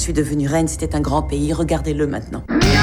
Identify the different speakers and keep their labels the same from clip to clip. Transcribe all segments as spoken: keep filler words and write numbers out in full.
Speaker 1: suis devenue reine, c'était un grand pays. Regardez-le maintenant.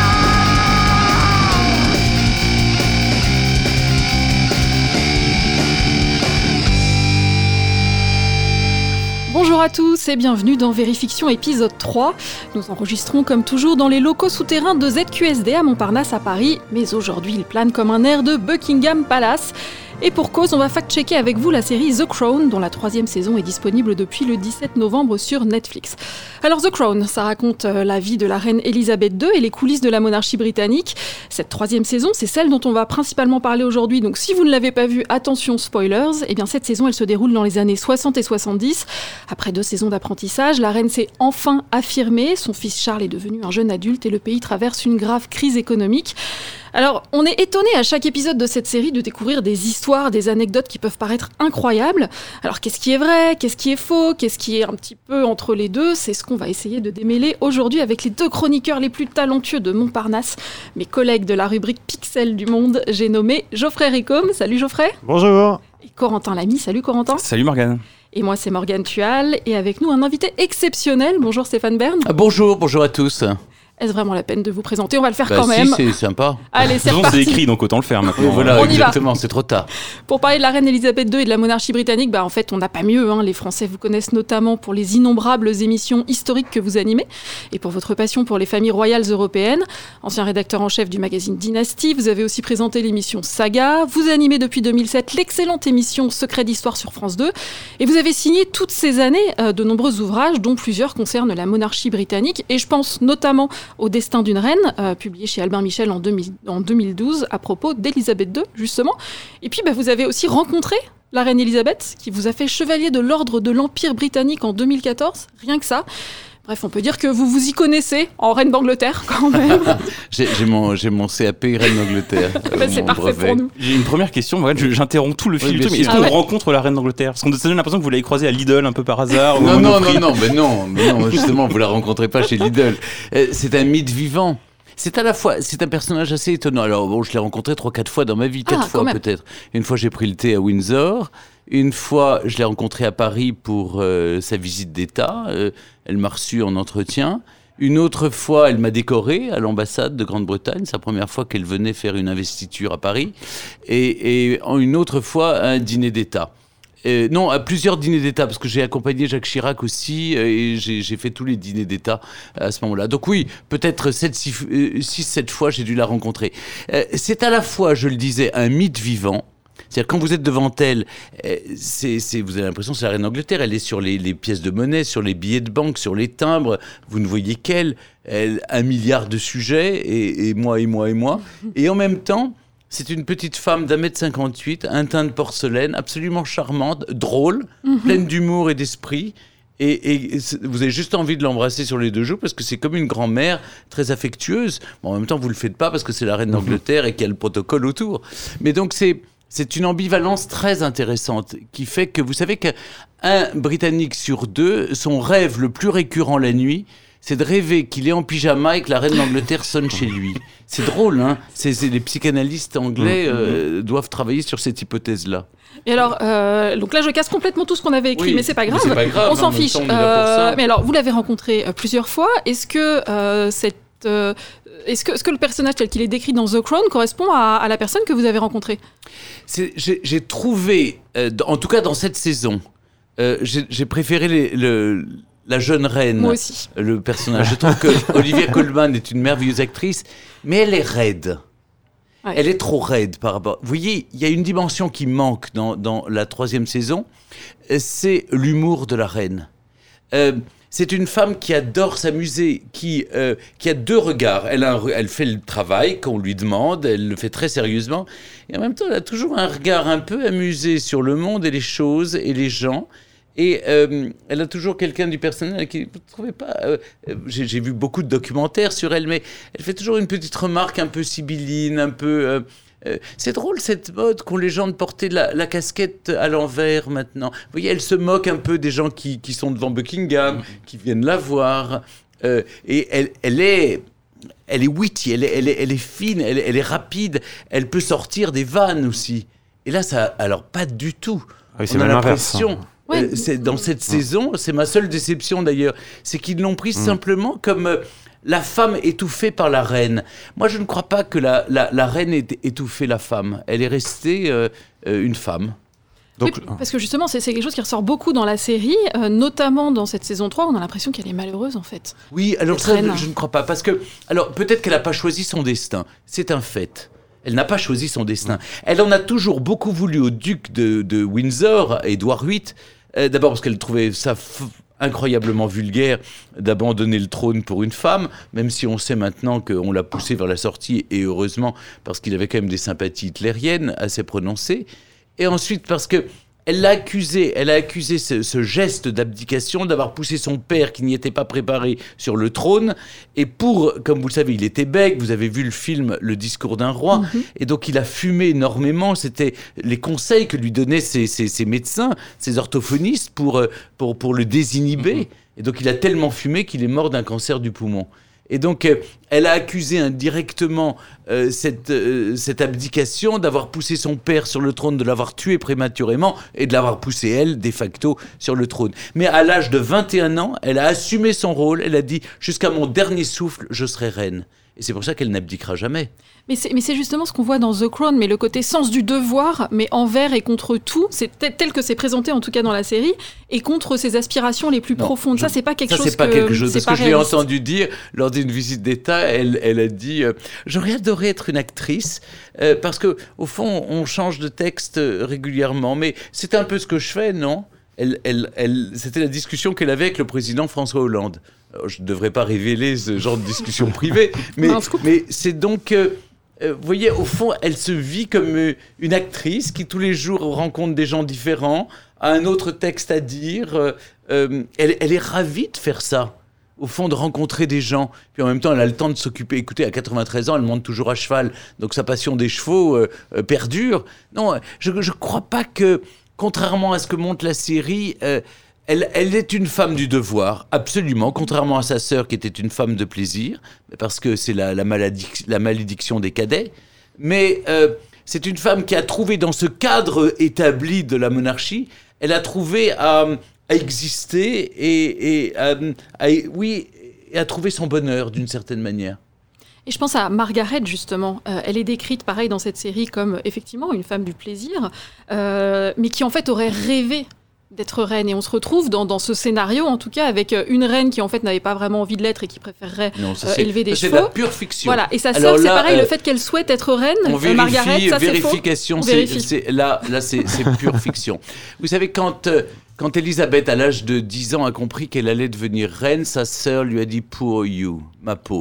Speaker 2: Bonjour à tous et bienvenue dans Vérifiction épisode trois. Nous enregistrons comme toujours dans les locaux souterrains de Z Q S D à Montparnasse à Paris, mais aujourd'hui il plane comme un air de Buckingham Palace. Et pour cause, on va fact-checker avec vous la série The Crown, dont la troisième saison est disponible depuis le dix-sept novembre sur Netflix. Alors The Crown, ça raconte euh, la vie de la reine Elisabeth deux et les coulisses de la monarchie britannique. Cette troisième saison, c'est celle dont on va principalement parler aujourd'hui, donc si vous ne l'avez pas vue, attention spoilers. Eh bien cette saison, elle se déroule dans les années soixante et soixante-dix. Après deux saisons d'apprentissage, la reine s'est enfin affirmée, son fils Charles est devenu un jeune adulte et le pays traverse une grave crise économique. Alors, on est étonné à chaque épisode de cette série de découvrir des histoires, des anecdotes qui peuvent paraître incroyables. Alors, qu'est-ce qui est vrai, qu'est-ce qui est faux, qu'est-ce qui est un petit peu entre les deux ? C'est ce qu'on va essayer de démêler aujourd'hui avec les deux chroniqueurs les plus talentueux de Montparnasse, mes collègues de la rubrique Pixel du Monde. J'ai nommé Geoffrey Ricôme. Salut Geoffrey.
Speaker 3: Bonjour.
Speaker 2: Et Corentin Lamy. Salut Corentin.
Speaker 4: Salut Morgane.
Speaker 2: Et moi, c'est Morgane Tual. Et avec nous, un invité exceptionnel. Bonjour Stéphane Bern.
Speaker 5: Ah, bonjour, bonjour à tous.
Speaker 2: Est-ce vraiment la peine de vous présenter ? On va le faire
Speaker 5: bah
Speaker 2: quand
Speaker 5: si,
Speaker 2: même.
Speaker 5: C'est sympa.
Speaker 2: Allez, c'est
Speaker 4: reparti. C'est écrit, donc autant le faire maintenant.
Speaker 5: Voilà,
Speaker 2: on y
Speaker 5: exactement,
Speaker 2: va.
Speaker 5: C'est trop tard.
Speaker 2: Pour parler de la reine Elisabeth deux et de la monarchie britannique, bah en fait, on n'a pas mieux. Hein. Les Français vous connaissent notamment pour les innombrables émissions historiques que vous animez et pour votre passion pour les familles royales européennes. Ancien rédacteur en chef du magazine Dynasty, vous avez aussi présenté l'émission Saga. Vous animez depuis deux mille sept l'excellente émission Secret d'Histoire sur France deux. Et vous avez signé toutes ces années euh, de nombreux ouvrages, dont plusieurs concernent la monarchie britannique. Et je pense notamment au destin d'une reine, Euh, publié chez Albin Michel en, deux mille, en deux mille douze à propos d'Elisabeth deux, justement. Et puis, bah, vous avez aussi rencontré la reine Elisabeth, qui vous a fait chevalier de l'ordre de l'Empire britannique en deux mille quatorze, rien que ça. Bref, on peut dire que vous vous y connaissez en reine d'Angleterre, quand même.
Speaker 5: j'ai, j'ai, mon, j'ai mon C A P reine d'Angleterre.
Speaker 2: Euh, bah, c'est parfait brevet. Pour nous.
Speaker 4: J'ai une première question, Morgane, je, j'interromps tout le fil
Speaker 5: oui,
Speaker 4: du truc, mais est-ce
Speaker 2: ah
Speaker 4: qu'on
Speaker 2: ouais.
Speaker 4: rencontre la reine d'Angleterre ? Parce qu'on se donne l'impression que vous l'avez croisée à Lidl un peu par hasard.
Speaker 5: Non, non, non, non, mais non, mais non, justement, vous la rencontrez pas chez Lidl. Euh, c'est un mythe vivant. C'est à la fois, c'est un personnage assez étonnant. Alors bon, je l'ai rencontré trois, quatre fois dans ma vie, quatre
Speaker 2: ah,
Speaker 5: fois peut-être. Une fois, j'ai pris le thé à Windsor. Une fois, je l'ai rencontré à Paris pour euh, sa visite d'État. Euh, elle m'a reçu en entretien. Une autre fois, elle m'a décoré à l'ambassade de Grande-Bretagne. C'est la première fois qu'elle venait faire une investiture à Paris. Et, et une autre fois, un dîner d'État. Euh, non, à plusieurs dîners d'État, parce que j'ai accompagné Jacques Chirac aussi, euh, et j'ai, j'ai fait tous les dîners d'État à ce moment-là. Donc oui, peut-être sept, six, sept fois, j'ai dû la rencontrer. Euh, c'est à la fois, je le disais, un mythe vivant. C'est-à-dire, quand vous êtes devant elle, euh, c'est, c'est, vous avez l'impression que c'est la reine d'Angleterre. Elle est sur les, les pièces de monnaie, sur les billets de banque, sur les timbres. Vous ne voyez qu'elle. Elle, un milliard de sujets, et, et moi, et moi, et moi. Et en même temps, c'est une petite femme d'un mètre cinquante-huit, un teint de porcelaine, absolument charmante, drôle, mm-hmm. pleine d'humour et d'esprit. Et, et vous avez juste envie de l'embrasser sur les deux joues parce que c'est comme une grand-mère très affectueuse. Bon, en même temps, vous ne le faites pas parce que c'est la reine d'Angleterre et qu'il y a le protocole autour. Mais donc, c'est, c'est une ambivalence très intéressante qui fait que vous savez qu'un Britannique sur deux, son rêve le plus récurrent la nuit, c'est de rêver qu'il est en pyjama et que la reine d'Angleterre sonne chez lui. C'est drôle, hein ? c'est, c'est, Les psychanalystes anglais euh, doivent travailler sur cette hypothèse-là.
Speaker 2: Et alors, euh, donc là, je casse complètement tout ce qu'on avait écrit,
Speaker 5: oui,
Speaker 2: mais c'est pas grave.
Speaker 5: Mais c'est pas grave
Speaker 2: on s'en fiche.
Speaker 5: Temps, on est là pour ça.
Speaker 2: Mais alors, vous l'avez rencontré euh, plusieurs fois. Est-ce que euh, cette euh, Est-ce que, est-ce que le personnage tel qu'il est décrit dans The Crown correspond à, à la personne que vous avez rencontrée ?
Speaker 5: c'est, j'ai, j'ai trouvé, euh, en tout cas dans cette saison, euh, j'ai, j'ai préféré les, le... la jeune reine,
Speaker 2: moi aussi.
Speaker 5: Le personnage. Je trouve que Olivia Colman est une merveilleuse actrice, mais elle est raide. Ouais. Elle est trop raide par rapport... Vous voyez, il y a une dimension qui manque dans, dans la troisième saison, c'est l'humour de la reine. Euh, c'est une femme qui adore s'amuser, qui, euh, qui a deux regards. Elle, a un, elle fait le travail qu'on lui demande, elle le fait très sérieusement, et en même temps, elle a toujours un regard un peu amusé sur le monde et les choses et les gens. Et euh, elle a toujours quelqu'un du personnel qui, vous ne trouvez pas, euh, j'ai, j'ai vu beaucoup de documentaires sur elle, mais elle fait toujours une petite remarque un peu sibylline, un peu... Euh, euh, c'est drôle cette mode qu'ont les gens de porter la, la casquette à l'envers maintenant. Vous voyez, elle se moque un peu des gens qui, qui sont devant Buckingham, mmh. qui viennent la voir. Euh, et elle, elle est... Elle est witty, elle est, elle est, elle est fine, elle est, elle est rapide, elle peut sortir des vannes aussi. Et là, ça, alors pas du tout.
Speaker 3: Oui, c'est
Speaker 5: On a
Speaker 3: même
Speaker 5: l'impression...
Speaker 3: inverse.
Speaker 2: Ouais.
Speaker 5: Euh, c'est, dans cette ouais. saison, c'est ma seule déception d'ailleurs, c'est qu'ils l'ont prise mmh. simplement comme euh, la femme étouffée par la reine. Moi, je ne crois pas que la, la, la reine ait étouffé la femme. Elle est restée euh, euh, une femme.
Speaker 2: Donc, oui, parce que justement, c'est, c'est quelque chose qui ressort beaucoup dans la série, euh, notamment dans cette saison trois, on a l'impression qu'elle est malheureuse en fait.
Speaker 5: Oui, alors ça, je, je ne crois pas, parce que, alors peut-être qu'elle n'a pas choisi son destin, c'est un fait. Elle n'a pas choisi son destin. Elle en a toujours beaucoup voulu au duc de, de Windsor, Édouard huit, euh, d'abord parce qu'elle trouvait ça f- incroyablement vulgaire d'abandonner le trône pour une femme, même si on sait maintenant qu'on l'a poussé vers la sortie, et heureusement, parce qu'il avait quand même des sympathies hitlériennes assez prononcées. Et ensuite, parce que elle l'a accusé, elle a accusé ce, ce geste d'abdication d'avoir poussé son père qui n'y était pas préparé sur le trône. Et pour, comme vous le savez, il était bègue. Vous avez vu le film Le discours d'un roi. Mm-hmm. Et donc, il a fumé énormément. C'était les conseils que lui donnaient ses, ses, ses médecins, ses orthophonistes pour, pour, pour le désinhiber. Mm-hmm. Et donc, il a tellement fumé qu'il est mort d'un cancer du poumon. Et donc, euh, elle a accusé indirectement euh, cette, euh, cette abdication d'avoir poussé son père sur le trône, de l'avoir tué prématurément et de l'avoir poussé, elle, de facto, sur le trône. Mais à l'âge de vingt et un ans, elle a assumé son rôle. Elle a dit « Jusqu'à mon dernier souffle, je serai reine ». Et c'est pour ça qu'elle n'abdiquera jamais.
Speaker 2: Mais c'est, mais c'est justement ce qu'on voit dans The Crown, mais le côté sens du devoir, mais envers et contre tout, c'est tel, tel que c'est présenté en tout cas dans la série, et contre ses aspirations les plus non, profondes. Je, ça, c'est pas quelque
Speaker 5: ça,
Speaker 2: chose
Speaker 5: c'est pas
Speaker 2: que...
Speaker 5: quelque chose,
Speaker 2: c'est
Speaker 5: parce
Speaker 2: pas
Speaker 5: que
Speaker 2: réaliste.
Speaker 5: Je l'ai entendu dire lors d'une visite d'État, elle, elle a dit euh, « J'aurais adoré être une actrice, euh, parce qu'au fond, on change de texte régulièrement, mais c'est un peu ce que je fais, non ?» Elle, elle, elle, c'était la discussion qu'elle avait avec le président François Hollande. Alors, je ne devrais pas révéler ce genre de discussion privée, mais, mais c'est donc... Euh, euh, vous voyez, au fond, elle se vit comme euh, une actrice qui, tous les jours, rencontre des gens différents, a un autre texte à dire. Euh, euh, elle, elle est ravie de faire ça, au fond, de rencontrer des gens. Puis en même temps, elle a le temps de s'occuper. Écoutez, à quatre-vingt-treize ans, elle monte toujours à cheval, donc sa passion des chevaux euh, euh, perdure. Non, je ne crois pas que... Contrairement à ce que montre la série, euh, elle, elle est une femme du devoir, absolument, contrairement à sa sœur qui était une femme de plaisir, parce que c'est la, la, malédic- la malédiction des cadets. Mais euh, c'est une femme qui a trouvé dans ce cadre établi de la monarchie, elle a trouvé à, à exister et, et à, à, oui, et à trouver son bonheur d'une certaine manière.
Speaker 2: Et je pense à Margaret, justement. Euh, elle est décrite, pareil, dans cette série, comme effectivement une femme du plaisir, euh, mais qui en fait aurait rêvé d'être reine. Et on se retrouve dans, dans ce scénario, en tout cas, avec une reine qui en fait n'avait pas vraiment envie de l'être et qui préférerait
Speaker 5: non, ça,
Speaker 2: euh, élever des
Speaker 5: ça,
Speaker 2: chevaux.
Speaker 5: C'est de la pure fiction.
Speaker 2: Voilà. Et sa sœur, c'est pareil, euh, le fait qu'elle souhaite être reine.
Speaker 5: On vérifie,
Speaker 2: Margaret, ça
Speaker 5: vérification,
Speaker 2: c'est faux.
Speaker 5: C'est, c'est, là, là c'est, c'est pure fiction. Vous savez, quand... Euh, Quand Elisabeth, à l'âge de dix ans, a compris qu'elle allait devenir reine, sa sœur lui a dit « Poor you, ma pauvre ».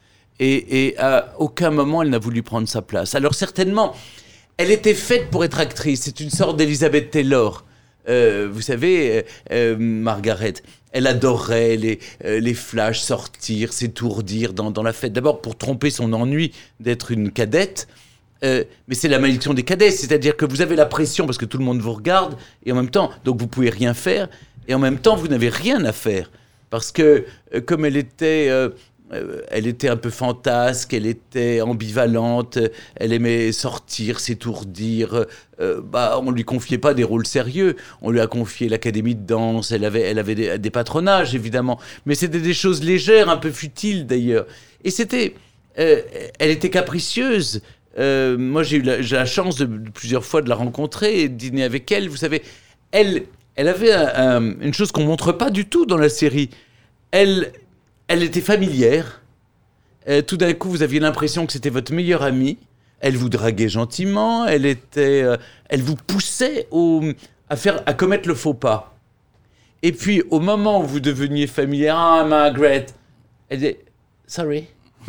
Speaker 5: Et, et à aucun moment, elle n'a voulu prendre sa place. Alors certainement, elle était faite pour être actrice. C'est une sorte d'Elizabeth Taylor. Euh, vous savez, euh, Margaret, elle adorait les, euh, les flashs, sortir, s'étourdir dans, dans la fête. D'abord pour tromper son ennui d'être une cadette. Euh, mais c'est la malédiction des cadets. C'est-à-dire que vous avez la pression parce que tout le monde vous regarde. Et en même temps, donc vous pouvez rien faire. Et en même temps, vous n'avez rien à faire. Parce que euh, comme elle était... Euh, Euh, elle était un peu fantasque, elle était ambivalente, elle aimait sortir, s'étourdir. Euh, bah, on ne lui confiait pas des rôles sérieux. On lui a confié l'académie de danse, elle avait, elle avait des, des patronages, évidemment. Mais c'était des choses légères, un peu futiles d'ailleurs. Et c'était... Euh, elle était capricieuse. Euh, moi, j'ai eu la, j'ai la chance de, de, plusieurs fois de la rencontrer et de dîner avec elle. Vous savez, elle, elle avait un, un, une chose qu'on ne montre pas du tout dans la série. Elle... Elle était familière. Euh, tout d'un coup, vous aviez l'impression que c'était votre meilleure amie. Elle vous draguait gentiment. Elle était, euh, elle vous poussait au, à faire, à commettre le faux pas. Et puis, au moment où vous deveniez familière, ah, Margaret, elle disait, sorry,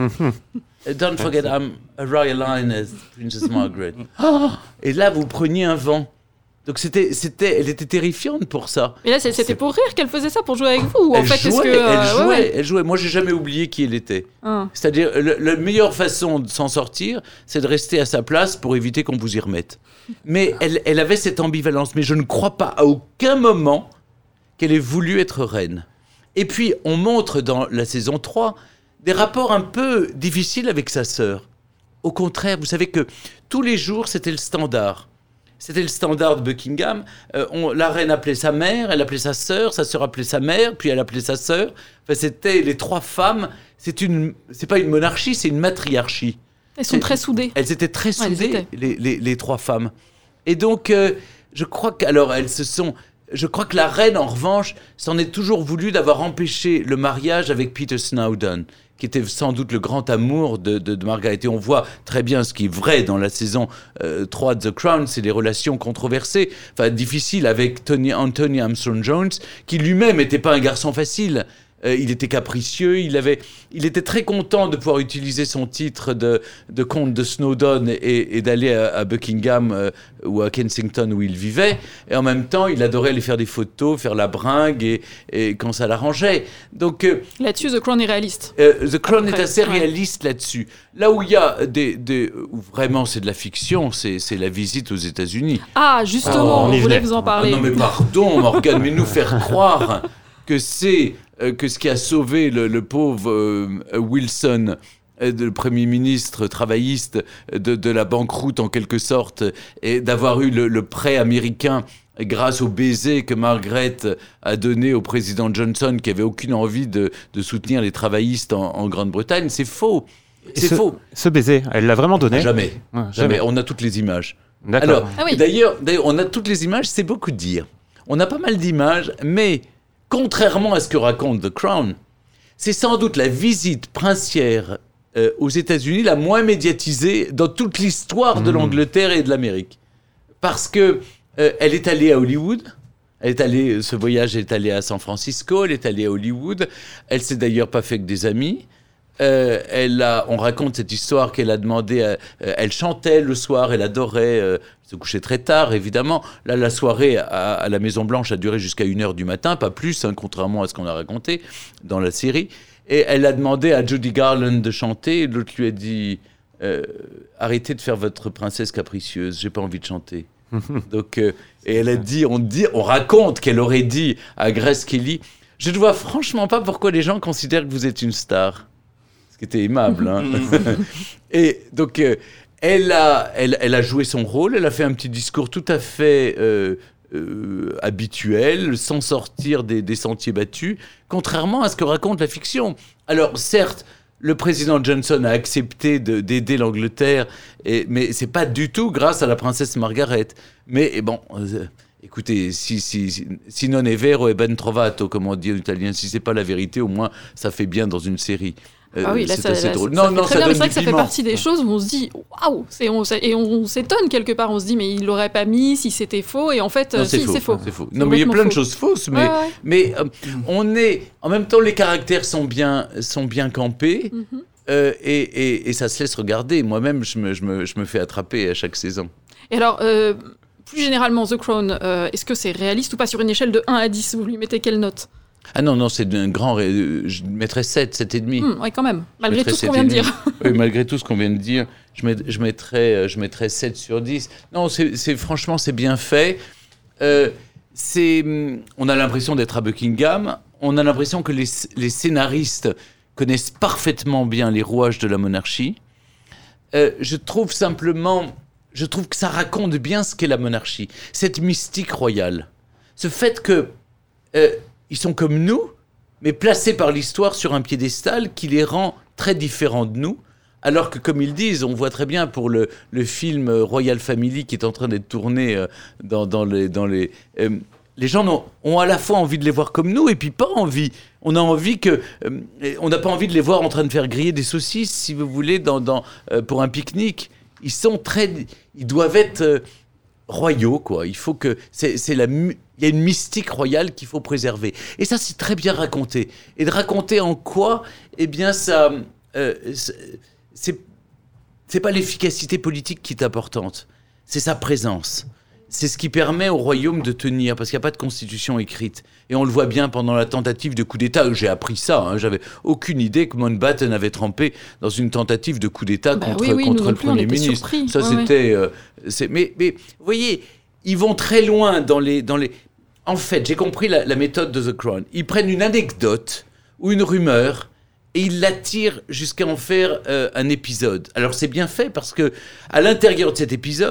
Speaker 5: don't forget I'm a royal lioness, Princess Margaret. Oh, et là, vous preniez un vent. Donc c'était, c'était, elle était terrifiante pour ça.
Speaker 2: Mais là, c'était c'est... pour rire qu'elle faisait ça, pour jouer avec vous ou en
Speaker 5: elle
Speaker 2: fait,
Speaker 5: jouait,
Speaker 2: est-ce que,
Speaker 5: euh, elle, jouait,
Speaker 2: ouais, ouais.
Speaker 5: elle jouait. Moi, j'ai jamais oublié qui elle était.
Speaker 2: Ah.
Speaker 5: C'est-à-dire, le, la meilleure façon de s'en sortir, c'est de rester à sa place pour éviter qu'on vous y remette. Mais elle, elle avait cette ambivalence. Mais je ne crois pas à aucun moment qu'elle ait voulu être reine. Et puis, on montre dans la saison trois des rapports un peu difficiles avec sa sœur. Au contraire, vous savez que tous les jours, c'était le standard. C'était le standard de Buckingham. Euh, on, la reine appelait sa mère, elle appelait sa sœur, sa sœur appelait sa mère, puis elle appelait sa sœur. Enfin, c'était les trois femmes. C'est une, c'est pas une monarchie, c'est une matriarchie.
Speaker 2: Elles sont
Speaker 5: c'est,
Speaker 2: très soudées.
Speaker 5: Elles étaient très
Speaker 2: Ouais,
Speaker 5: soudées,
Speaker 2: étaient.
Speaker 5: les, les, les trois femmes. Et donc, euh, je crois que, alors, elles se sont. Je crois que la reine, en revanche, s'en est toujours voulu d'avoir empêché le mariage avec Peter Snowdon, qui était sans doute le grand amour de, de, de Margaret. Et on voit très bien ce qui est vrai dans la saison euh, trois de The Crown, c'est les relations controversées, enfin difficiles avec Tony, Anthony Armstrong-Jones, qui lui-même n'était pas un garçon facile. Euh, il était capricieux, il, avait, il était très content de pouvoir utiliser son titre de, de comte de Snowdon et, et d'aller à, à Buckingham euh, ou à Kensington où il vivait. Et en même temps, il adorait aller faire des photos, faire la bringue et, et quand ça l'arrangeait. Donc, euh,
Speaker 2: Là-dessus, The Crown est réaliste.
Speaker 5: euh, The Crown
Speaker 2: Après,
Speaker 5: est assez
Speaker 2: ouais.
Speaker 5: réaliste là-dessus. Là où il y a des, des où vraiment c'est de la fiction, c'est, c'est la visite aux États-Unis.
Speaker 2: Ah, justement,
Speaker 4: Oh, on
Speaker 2: on
Speaker 4: y
Speaker 2: voulait
Speaker 4: venait.
Speaker 2: vous en
Speaker 5: Ah
Speaker 2: parler.
Speaker 5: non mais pardon Morgane, mais nous faire croire que c'est euh, que ce qui a sauvé le, le pauvre euh, Wilson, euh, le Premier ministre travailliste, de, de la banqueroute en quelque sorte, et d'avoir eu le, le prêt américain grâce au baiser que Margaret a donné au président Johnson, qui avait aucune envie de, de soutenir les travaillistes en, en Grande-Bretagne, c'est faux. C'est
Speaker 4: ce,
Speaker 5: faux.
Speaker 4: Ce baiser, elle l'a vraiment donné?
Speaker 5: Jamais.
Speaker 4: Ouais,
Speaker 5: Jamais. On a toutes les images.
Speaker 4: D'accord.
Speaker 5: Alors,
Speaker 2: Ah oui.
Speaker 5: d'ailleurs, d'ailleurs, on a toutes les images, c'est beaucoup dire. On a pas mal d'images, mais contrairement à ce que raconte The Crown, c'est sans doute la visite princière euh, aux États-Unis la moins médiatisée dans toute l'histoire de
Speaker 4: Mmh.
Speaker 5: l'Angleterre et de l'Amérique. Parce que euh, elle est allée à Hollywood. Elle est allée, ce voyage est allé à San Francisco, elle est allée à Hollywood. Elle s'est d'ailleurs pas fait que des amis. Euh, elle a, on raconte cette histoire qu'elle a demandé. À, euh, elle chantait le soir, elle adorait euh, se coucher très tard, évidemment. Là, la soirée à, à la Maison Blanche a duré jusqu'à une heure du matin, pas plus, hein, contrairement à ce qu'on a raconté dans la série. Et elle a demandé à Judy Garland de chanter. Et l'autre lui a dit euh, arrêtez de faire votre princesse capricieuse. J'ai pas envie de chanter. Donc, euh, et elle a dit, on dit, on raconte qu'elle aurait dit à Grace Kelly, je ne vois franchement pas pourquoi les gens considèrent que vous êtes une star. Ce qui était aimable. Hein. Et donc, euh, elle, a, elle, elle a joué son rôle, elle a fait un petit discours tout à fait euh, euh, habituel, sans sortir des, des sentiers battus, contrairement à ce que raconte la fiction. Alors, certes, le président Johnson a accepté de, d'aider l'Angleterre, et, mais c'est pas du tout grâce à la princesse Margaret. Mais et bon, euh, écoutez, si, si, si, si non è vero e ben trovato, comme on dit en italien, si c'est pas la vérité, au moins ça fait bien dans une série. Euh,
Speaker 2: Ah oui, là,
Speaker 5: c'est
Speaker 2: ça,
Speaker 5: assez
Speaker 2: là,
Speaker 5: drôle.
Speaker 2: ça
Speaker 5: non,
Speaker 2: fait
Speaker 5: non,
Speaker 2: très
Speaker 5: ça
Speaker 2: bien, mais
Speaker 5: donne
Speaker 2: c'est vrai
Speaker 5: du
Speaker 2: que ça fait
Speaker 5: piment.
Speaker 2: partie des choses où on se dit waouh, c'est- on- c'est- et on s'étonne quelque part, on se dit mais il l'aurait pas mis si c'était faux, et en fait,
Speaker 5: Non,
Speaker 2: euh,
Speaker 5: c'est,
Speaker 2: si,
Speaker 5: faux,
Speaker 2: c'est faux.
Speaker 5: c'est faux. Non, mais il y a plein de choses fausses, mais,
Speaker 2: Ouais, ouais.
Speaker 5: mais euh, on est. En même temps, les caractères sont bien, sont bien campés.
Speaker 2: Mhm.
Speaker 5: euh, et, et, et ça se laisse regarder. Moi-même, je me, je, me, je me fais attraper à chaque saison.
Speaker 2: Et alors, euh, plus généralement, The Crown, euh, est-ce que c'est réaliste ou pas sur une échelle de un à dix? Vous lui mettez quelle note?
Speaker 5: Ah non, non, c'est un grand. ré- euh, Je mettrais sept, sept et demi.
Speaker 2: Hmm, ouais, quand même, malgré
Speaker 5: mettrais
Speaker 2: tout ce qu'on
Speaker 5: sept
Speaker 2: vient de
Speaker 5: et
Speaker 2: dire.
Speaker 5: Oui, malgré tout ce qu'on vient de dire, je, met, je, mettrais, euh, je mettrais sept sur dix. Non, c'est, c'est, franchement, c'est bien fait. Euh, c'est, hum, on a l'impression d'être à Buckingham. On a l'impression que les, les scénaristes connaissent parfaitement bien les rouages de la monarchie. Euh, je trouve simplement... Je trouve que ça raconte bien ce qu'est la monarchie. Cette mystique royale. Ce fait que... Euh, ils sont comme nous, mais placés par l'histoire sur un piédestal qui les rend très différents de nous. Alors que, comme ils disent, on voit très bien pour le, le film Royal Family qui est en train d'être tourné euh, dans, dans les... Dans les euh, les gens ont, ont à la fois envie de les voir comme nous et puis pas envie. On a envie que... Euh, on n'a pas envie de les voir en train de faire griller des saucisses, si vous voulez, dans, dans, euh, pour un pique-nique. Ils sont très... Ils doivent être euh, royaux, quoi. Il faut que... C'est, c'est la... Il y a une mystique royale qu'il faut préserver. Et ça, c'est très bien raconté. Et de raconter en quoi, eh bien, ça... Euh, c'est, c'est pas l'efficacité politique qui est importante. C'est sa présence. C'est ce qui permet au royaume de tenir, parce qu'il n'y a pas de constitution écrite. Et on le voit bien pendant la tentative de coup d'État. J'ai appris ça, hein. J'avais aucune idée que Mountbatten avait trempé dans une tentative de coup d'État
Speaker 2: Bah
Speaker 5: contre,
Speaker 2: oui, oui,
Speaker 5: contre
Speaker 2: nous
Speaker 5: le
Speaker 2: non plus, on
Speaker 5: Premier
Speaker 2: était
Speaker 5: ministre.
Speaker 2: surpris.
Speaker 5: Ça,
Speaker 2: Ouais,
Speaker 5: c'était... euh, c'est, mais, mais, vous voyez, ils vont très loin dans les... Dans les... En fait, j'ai compris la, la méthode de The Crown. Ils prennent une anecdote ou une rumeur et ils la tirent jusqu'à en faire euh, un épisode. Alors c'est bien fait parce que à l'intérieur de cet épisode,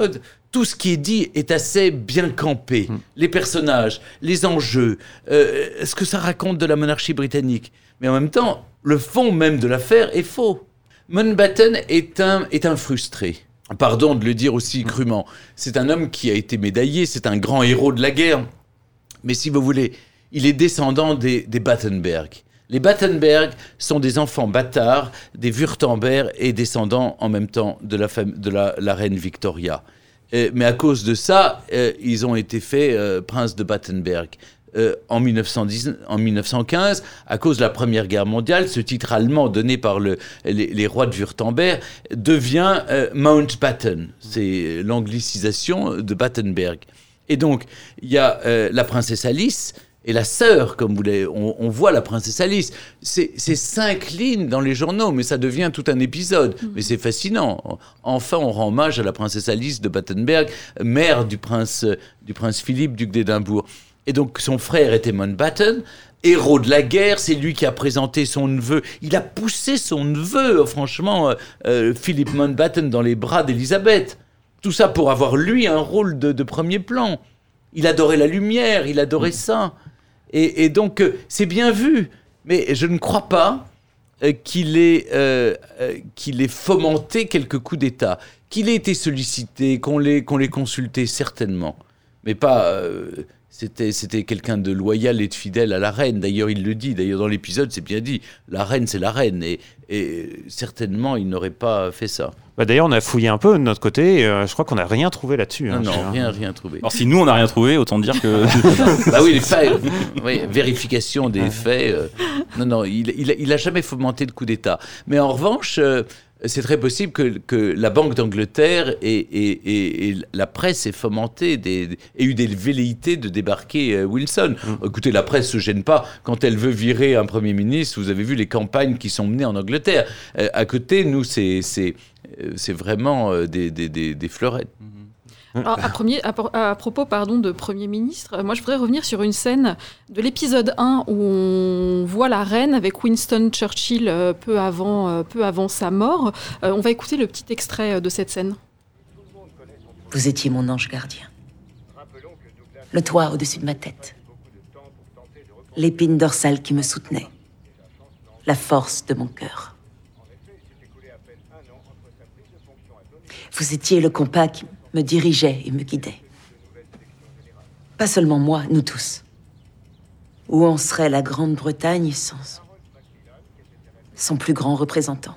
Speaker 5: tout ce qui est dit est assez bien campé. Mmh. Les personnages, les enjeux, euh, ce que ça raconte de la monarchie britannique. Mais en même temps, le fond même de l'affaire est faux. Mountbatten est un, est un frustré. Pardon de le dire aussi crûment. C'est un homme qui a été médaillé, c'est un grand héros de la guerre. Mais si vous voulez, il est descendant des, des Battenberg. Les Battenberg sont des enfants bâtards, des Wurtemberg et descendants en même temps de la, fam- de la, la reine Victoria. Euh, mais à cause de ça, euh, ils ont été faits euh, princes de Battenberg. Euh, en, mille neuf cent dix, en mille neuf cent quinze, à cause de la Première Guerre mondiale, ce titre allemand donné par le, les, les rois de Wurtemberg devient euh, Mountbatten. C'est l'anglicisation de Battenberg. Et donc, il y a euh, la princesse Alice et la sœur, comme vous l'avez, on, on voit la princesse Alice. C'est, c'est cinq lignes dans les journaux, mais ça devient tout un épisode. Mmh. Mais c'est fascinant. Enfin, on rend hommage à la princesse Alice de Battenberg, mère du prince, du prince Philippe, duc d'Édimbourg. Et donc, son frère était Mountbatten, héros de la guerre. C'est lui qui a présenté son neveu. Il a poussé son neveu, franchement, euh, Philippe Mountbatten, dans les bras d'Élisabeth. Tout ça pour avoir, lui, un rôle de, de premier plan. Il adorait la lumière, il adorait ça. Et, et donc, euh, c'est bien vu. Mais je ne crois pas euh, qu'il ait, euh, euh, qu'il ait fomenté quelques coups d'État. Qu'il ait été sollicité, qu'on l'ait, qu'on l'ait consulté, certainement. Mais pas... Euh, C'était, c'était quelqu'un de loyal et de fidèle à la reine. D'ailleurs, il le dit. D'ailleurs, dans l'épisode, c'est bien dit. La reine, c'est la reine. Et, et certainement, il n'aurait pas fait ça.
Speaker 4: Bah d'ailleurs, on a fouillé un peu de notre côté. Et, euh, je crois qu'on n'a rien trouvé là-dessus.
Speaker 5: Non,
Speaker 4: hein,
Speaker 5: non, rien, rien trouvé.
Speaker 4: Alors, si nous, on n'a rien trouvé, autant dire que...
Speaker 5: bah oui, les faits. Oui, vérification des faits. Euh, non, non, il, il, il a jamais fomenté de coup d'État. Mais en revanche... Euh, c'est très possible que, que la Banque d'Angleterre et, et, et, et la presse ait fomenté, des, ait eu des velléités de débarquer euh, Wilson. Mmh. Écoutez, la presse ne se gêne pas quand elle veut virer un Premier ministre. Vous avez vu les campagnes qui sont menées en Angleterre. Euh, à côté, nous, c'est, c'est, c'est vraiment euh, des, des, des, des fleurettes. Mmh.
Speaker 2: Alors, à, premier, à, à propos pardon, de Premier ministre, moi je voudrais revenir sur une scène de l'épisode un où on voit la reine avec Winston Churchill euh, peu, avant, euh, peu avant sa mort. Euh, on va écouter le petit extrait de cette scène.
Speaker 1: Vous étiez mon ange gardien. Le toit au-dessus de ma tête. L'épine dorsale qui me soutenait. La force de mon cœur. Vous étiez le compas qui me dirigeait et me guidait. Pas seulement moi, nous tous. Où en serait la Grande-Bretagne sans son plus grand représentant?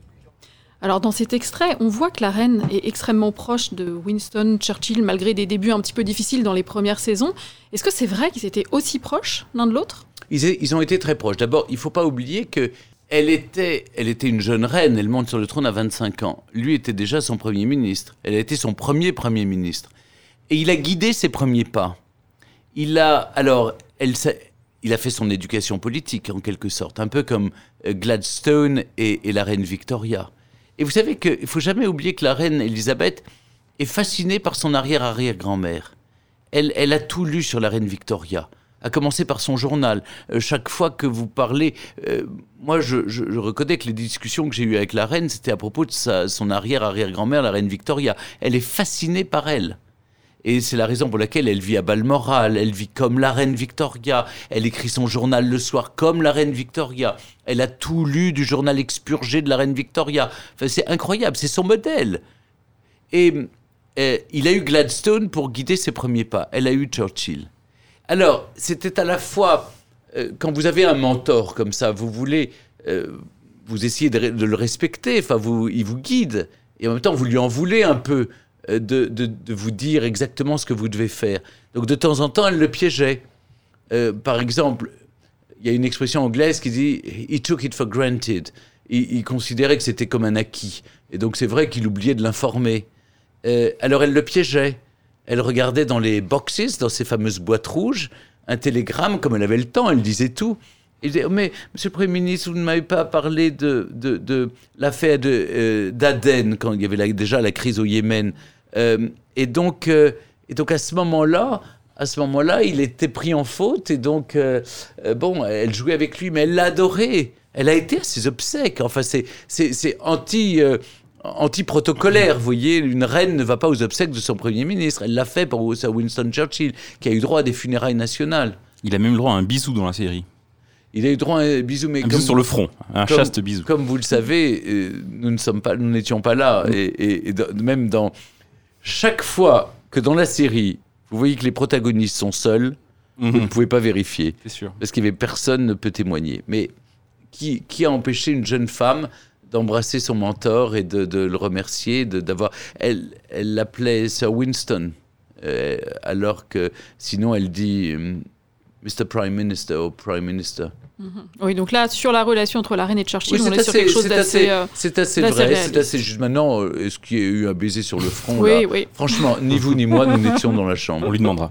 Speaker 2: Alors dans cet extrait, on voit que la reine est extrêmement proche de Winston Churchill, malgré des débuts un petit peu difficiles dans les premières saisons. Est-ce que c'est vrai qu'ils étaient aussi proches l'un de l'autre ?
Speaker 5: Ils, ils ont été très proches. D'abord, il ne faut pas oublier que Elle était, elle était une jeune reine, elle monte sur le trône à vingt-cinq ans. Lui était déjà son premier ministre. Elle a été son premier premier ministre. Et il a guidé ses premiers pas. Il a, alors, elle, il a fait son éducation politique, en quelque sorte, un peu comme Gladstone et, et la reine Victoria. Et vous savez qu'il ne faut jamais oublier que la reine Elisabeth est fascinée par son arrière-arrière-grand-mère. Elle, elle a tout lu sur la reine Victoria. À commencer par son journal. Euh, chaque fois que vous parlez... Euh, moi, je, je, je reconnais que les discussions que j'ai eues avec la reine, c'était à propos de sa, son arrière-arrière-grand-mère, la reine Victoria. Elle est fascinée par elle. Et c'est la raison pour laquelle elle vit à Balmoral, elle vit comme la reine Victoria, elle écrit son journal le soir comme la reine Victoria. Elle a tout lu du journal expurgé de la reine Victoria. Enfin, c'est incroyable, c'est son modèle. Et euh, il a eu Gladstone pour guider ses premiers pas. Elle a eu Churchill. Alors, c'était à la fois, euh, quand vous avez un mentor comme ça, vous voulez, euh, vous essayez de, de le respecter, enfin, vous, il vous guide, et en même temps, vous lui en voulez un peu euh, de, de, de vous dire exactement ce que vous devez faire. Donc, de temps en temps, elle le piégeait. Euh, par exemple, il y a une expression anglaise qui dit « he took it for granted ». Il, il considérait que c'était comme un acquis. Et donc, c'est vrai qu'il oubliait de l'informer. Euh, alors, elle le piégeait. Elle regardait dans les boxes, dans ces fameuses boîtes rouges, un télégramme, comme elle avait le temps, elle disait tout. Elle disait, mais monsieur le Premier ministre, vous ne m'avez pas parlé de, de, de l'affaire de, euh, d'Aden, quand il y avait la, déjà la crise au Yémen. Euh, et, donc, euh, et donc, à ce moment-là, à ce moment-là, il était pris en faute. Et donc, euh, euh, bon, elle jouait avec lui, mais elle l'a adoré. Elle a été à ses obsèques. Enfin, c'est, c'est, c'est anti... Euh, anti-protocolaire. Vous voyez, une reine ne va pas aux obsèques de son Premier ministre. Elle l'a fait pour Sir Winston Churchill, qui a eu droit à des funérailles nationales.
Speaker 4: Il a même le droit à un bisou dans la série.
Speaker 5: Il a eu droit à un bisou, mais
Speaker 4: un
Speaker 5: comme,
Speaker 4: bisou sur le front, un
Speaker 5: comme,
Speaker 4: chaste bisou.
Speaker 5: Comme vous le savez, euh, nous ne sommes pas, nous n'étions pas là. Et, et, et de, même dans chaque fois que dans la série, vous voyez que les protagonistes sont seuls, mmh. vous ne pouvez pas vérifier.
Speaker 4: C'est sûr.
Speaker 5: Parce qu'il y avait personne ne peut témoigner. Mais qui, qui a empêché une jeune femme d'embrasser son mentor et de, de le remercier, de, d'avoir. Elle, elle l'appelait Sir Winston, euh, alors que sinon elle dit mister Prime Minister ou Prime Minister.
Speaker 2: Mmh. Oui, donc là, sur la relation entre la reine et Churchill,
Speaker 5: oui,
Speaker 2: on est, est sur quelque chose
Speaker 5: c'est
Speaker 2: d'assez.
Speaker 5: Assez,
Speaker 2: euh,
Speaker 5: c'est assez
Speaker 2: d'assez
Speaker 5: vrai,
Speaker 2: réaliste.
Speaker 5: c'est assez juste. Maintenant, euh, est-ce qu'il y a eu un baiser sur le front
Speaker 2: Oui,
Speaker 5: là
Speaker 2: oui.
Speaker 5: Franchement, ni vous ni moi, nous n'étions dans la chambre.
Speaker 4: On lui demandera.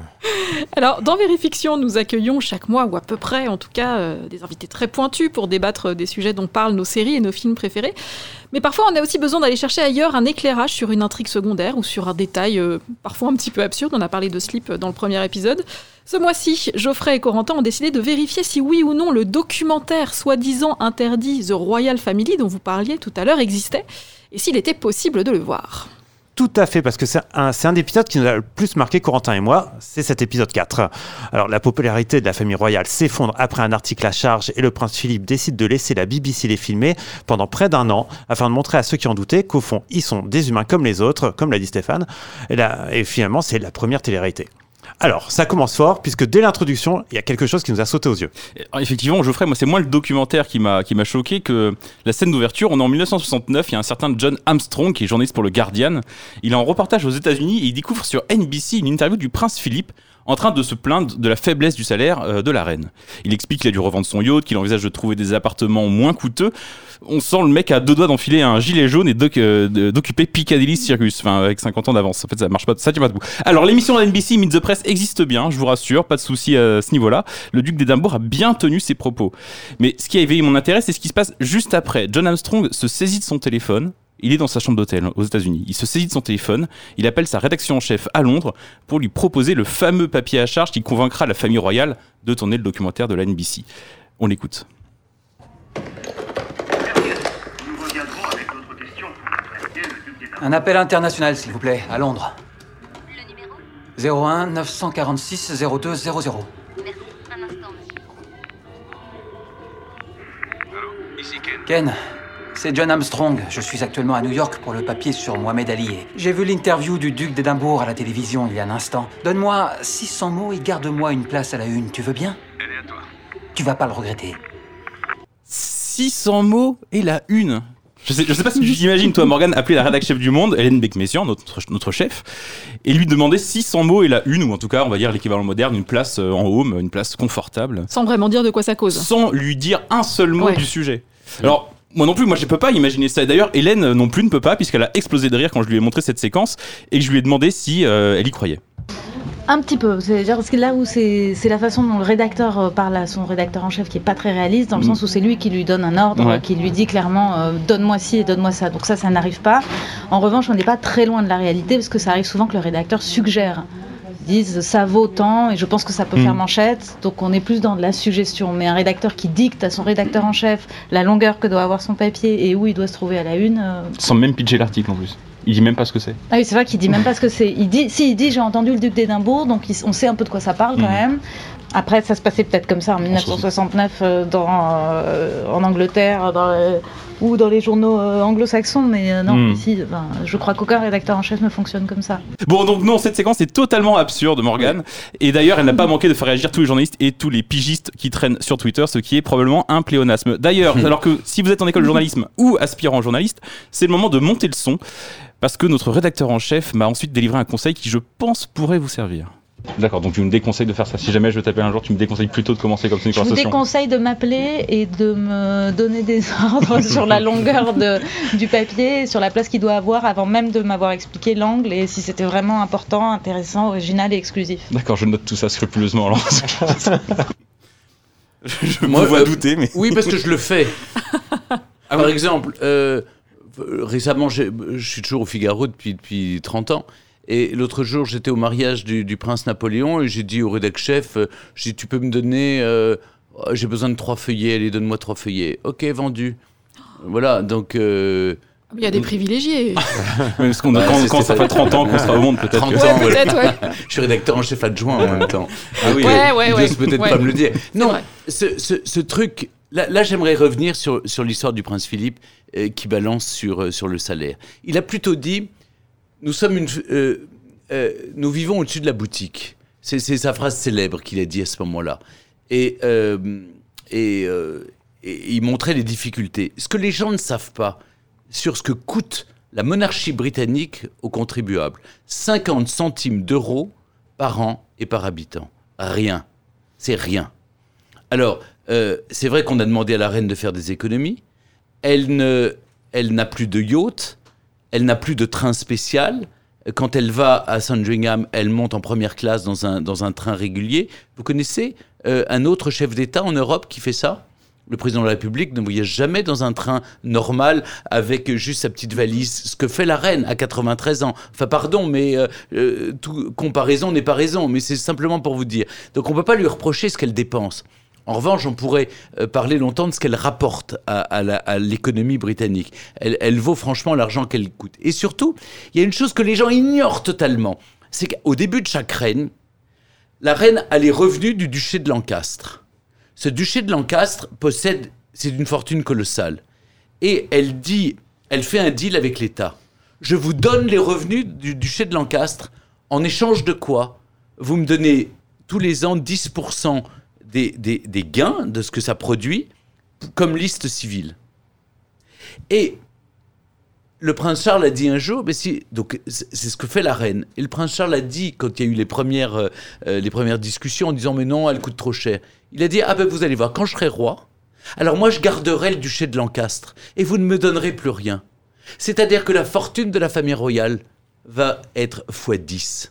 Speaker 2: Alors, dans Vérifiction, nous accueillons chaque mois, ou à peu près en tout cas, euh, des invités très pointus pour débattre des sujets dont parlent nos séries et nos films préférés. Mais parfois, on a aussi besoin d'aller chercher ailleurs un éclairage sur une intrigue secondaire ou sur un détail euh, parfois un petit peu absurde. On a parlé de Sleep dans le premier épisode. Ce mois-ci, Geoffrey et Corentin ont décidé de vérifier si oui ou non le documentaire soi-disant interdit The Royal Family, dont vous parliez tout à l'heure, existait, et s'il était possible de le voir.
Speaker 3: Tout à fait, parce que c'est un, c'est un épisode qui nous a le plus marqué, Corentin et moi, c'est cet épisode quatre. Alors, la popularité de la famille royale s'effondre après un article à charge et le prince Philippe décide de laisser la B B C les filmer pendant près d'un an, afin de montrer à ceux qui en doutaient qu'au fond, ils sont des humains comme les autres, comme l'a dit Stéphane, et, là, et finalement, c'est la première télé-réalité. Alors, ça commence fort, puisque dès l'introduction, il y a quelque chose qui nous a sauté aux yeux.
Speaker 4: Alors, effectivement, Geoffrey, moi, c'est moins le documentaire qui m'a, qui m'a choqué que la scène d'ouverture. On est en dix-neuf cent soixante-neuf, il y a un certain John Armstrong, qui est journaliste pour le Guardian. Il est en reportage aux États-Unis et il découvre sur N B C une interview du prince Philippe, en train de se plaindre de la faiblesse du salaire euh, de la reine. Il explique qu'il a dû revendre son yacht, qu'il envisage de trouver des appartements moins coûteux. On sent le mec à deux doigts d'enfiler un gilet jaune et doc, euh, d'occuper Piccadilly Circus, enfin avec cinquante ans d'avance. En fait, ça marche pas, ça tient pas debout. Alors, l'émission de N B C Meet the Press existe bien, je vous rassure, pas de souci à ce niveau-là. Le duc d'Édimbourg a bien tenu ses propos. Mais ce qui a éveillé mon intérêt, c'est ce qui se passe juste après. John Armstrong se saisit de son téléphone. Il est dans sa chambre d'hôtel aux États-Unis. Il se saisit de son téléphone. Il appelle sa rédaction en chef à Londres pour lui proposer le fameux papier à charge qui convaincra la famille royale de tourner le documentaire de la N B C. On l'écoute.
Speaker 6: Un appel international, s'il vous plaît, à Londres.
Speaker 7: Le numéro ?
Speaker 6: zéro un neuf cent quarante-six zéro deux zéro zéro.
Speaker 7: Merci, un instant, monsieur.
Speaker 8: Allô, ici Ken.
Speaker 6: Ken, c'est John Armstrong. Je suis actuellement à New York pour le papier sur Mohamed Ali. J'ai vu l'interview du duc d'Édimbourg à la télévision il y a un instant. Donne-moi six cents mots et garde-moi une place à la une. Tu veux bien ?
Speaker 8: Elle est à toi.
Speaker 6: Tu vas pas le regretter.
Speaker 4: six cents mots et la une. Je sais, je sais pas si tu t'imagines, toi, Morgane, appeler la rédac chef du Monde, Hélène Beck-Messiaen, notre, notre chef, et lui demander six cents mots et la une, ou en tout cas, on va dire l'équivalent moderne, une place en home, une place confortable.
Speaker 2: Sans vraiment dire de quoi ça cause.
Speaker 4: Sans lui dire un seul mot
Speaker 2: ouais.
Speaker 4: du sujet. Alors, moi non plus, moi je peux pas imaginer ça. Et d'ailleurs, Hélène non plus ne peut pas, puisqu'elle a explosé de rire quand je lui ai montré cette séquence, et que je lui ai demandé si euh, elle y croyait.
Speaker 9: Un petit peu, c'est-à-dire parce que là où c'est, c'est la façon dont le rédacteur parle à son rédacteur en chef qui est pas très réaliste, dans le mmh. sens où c'est lui qui lui donne un ordre, ouais. qui lui dit clairement euh, donne-moi ci et donne-moi ça. Donc ça, ça n'arrive pas. En revanche, on n'est pas très loin de la réalité parce que ça arrive souvent que le rédacteur suggère, disent ça vaut tant et je pense que ça peut mmh. faire manchette. Donc on est plus dans de la suggestion. Mais un rédacteur qui dicte à son rédacteur en chef la longueur que doit avoir son papier et où il doit se trouver à la une. Euh...
Speaker 4: Sans même pitcher l'article en plus. Il dit même pas ce que c'est.
Speaker 9: Ah oui, c'est vrai qu'il dit même pas ce que c'est. Il dit, si, il dit j'ai entendu le duc d'Édimbourg, donc il, on sait un peu de quoi ça parle quand mmh. même. Après, ça se passait peut-être comme ça en dix-neuf cent soixante-neuf euh, dans, euh, en Angleterre dans, euh, ou dans les journaux euh, anglo-saxons, mais euh, non, mmh. ici, ben, je crois qu'aucun rédacteur en chef ne fonctionne comme ça.
Speaker 4: Bon, donc non, cette séquence est totalement absurde, Morgane. Et d'ailleurs, elle n'a pas manqué de faire réagir tous les journalistes et tous les pigistes qui traînent sur Twitter, ce qui est probablement un pléonasme. D'ailleurs, mmh. alors que si vous êtes en école de journalisme ou aspirant journaliste, c'est le moment de monter le son. Parce que notre rédacteur en chef m'a ensuite délivré un conseil qui, je pense, pourrait vous servir. D'accord, donc tu me déconseilles de faire ça. Si jamais je t'appelle un jour, tu me déconseilles plutôt de commencer comme ça une
Speaker 9: je
Speaker 4: conversation.
Speaker 9: Je vous déconseille de m'appeler et de me donner des ordres sur la longueur de, du papier, sur la place qu'il doit avoir, avant même de m'avoir expliqué l'angle et si c'était vraiment important, intéressant, original et exclusif.
Speaker 4: D'accord, je note tout ça scrupuleusement. Alors. je
Speaker 5: Moi,
Speaker 4: me vois
Speaker 5: euh,
Speaker 4: douter, mais...
Speaker 5: Oui, parce que je le fais. Ah, par exemple... Euh, Récemment, je suis toujours au Figaro depuis, depuis trente ans. Et l'autre jour, j'étais au mariage du, du prince Napoléon et j'ai dit au rédac chef, euh, j'ai dit, tu peux me donner, euh, j'ai besoin de trois feuillets, allez, donne-moi trois feuillets. Ok, vendu. Voilà, donc euh,
Speaker 2: Il y a des privilégiés.
Speaker 4: Parce qu'on,
Speaker 5: Ouais,
Speaker 4: quand,
Speaker 5: c'est
Speaker 4: quand ça fait trente ans qu'on sera au monde, peut-être.
Speaker 5: trente
Speaker 4: que-
Speaker 5: ans,
Speaker 2: Ouais, peut-être, ouais.
Speaker 5: Je suis rédacteur en chef adjoint en même temps. Ah oui,
Speaker 2: Ouais, ouais,
Speaker 5: ils
Speaker 2: ouais.
Speaker 5: osent peut-être
Speaker 2: Ouais.
Speaker 5: pas me le dire. Non,
Speaker 2: vrai.
Speaker 5: ce, ce, ce truc. Là, là, j'aimerais revenir sur, sur l'histoire du prince Philippe euh, qui balance sur, euh, sur le salaire. Il a plutôt dit nous, sommes une, euh, euh, nous vivons au-dessus de la boutique. C'est, c'est sa phrase célèbre qu'il a dit à ce moment-là. Et, euh, et, euh, et il montrait les difficultés. Ce que les gens ne savent pas sur ce que coûte la monarchie britannique aux contribuables, cinquante centimes d'euros par an et par habitant. Rien. C'est rien. Alors, euh, c'est vrai qu'on a demandé à la reine de faire des économies. Elle, ne, elle n'a plus de yacht, elle n'a plus de train spécial. Quand elle va à Sandringham, elle monte en première classe dans un, dans un train régulier. Vous connaissez euh, un autre chef d'État en Europe qui fait ça ? Le président de la République ne voyage jamais dans un train normal avec juste sa petite valise. Ce que fait la reine à quatre-vingt-treize ans. Enfin, pardon, mais euh, euh, tout, comparaison n'est pas raison. Mais c'est simplement pour vous dire. Donc, on ne peut pas lui reprocher ce qu'elle dépense. En revanche, on pourrait euh, parler longtemps de ce qu'elle rapporte à, à, la, à l'économie britannique. Elle, elle vaut franchement l'argent qu'elle coûte. Et surtout, il y a une chose que les gens ignorent totalement. C'est qu'au début de chaque règne, la reine a les revenus du duché de Lancastre. Ce duché de Lancastre possède, c'est une fortune colossale. Et elle dit, elle fait un deal avec l'État. Je vous donne les revenus du duché de Lancastre, en échange de quoi vous me donnez tous les ans dix pour cent des, des, des gains de ce que ça produit comme liste civile. Et le prince Charles a dit un jour, mais si, donc c'est, c'est ce que fait la reine. Et le prince Charles a dit, quand il y a eu les premières, euh, les premières discussions, en disant mais non, elle coûte trop cher. Il a dit ah ben vous allez voir, quand je serai roi, alors moi je garderai le duché de Lancastre et vous ne me donnerez plus rien. C'est-à-dire que la fortune de la famille royale va être fois dix.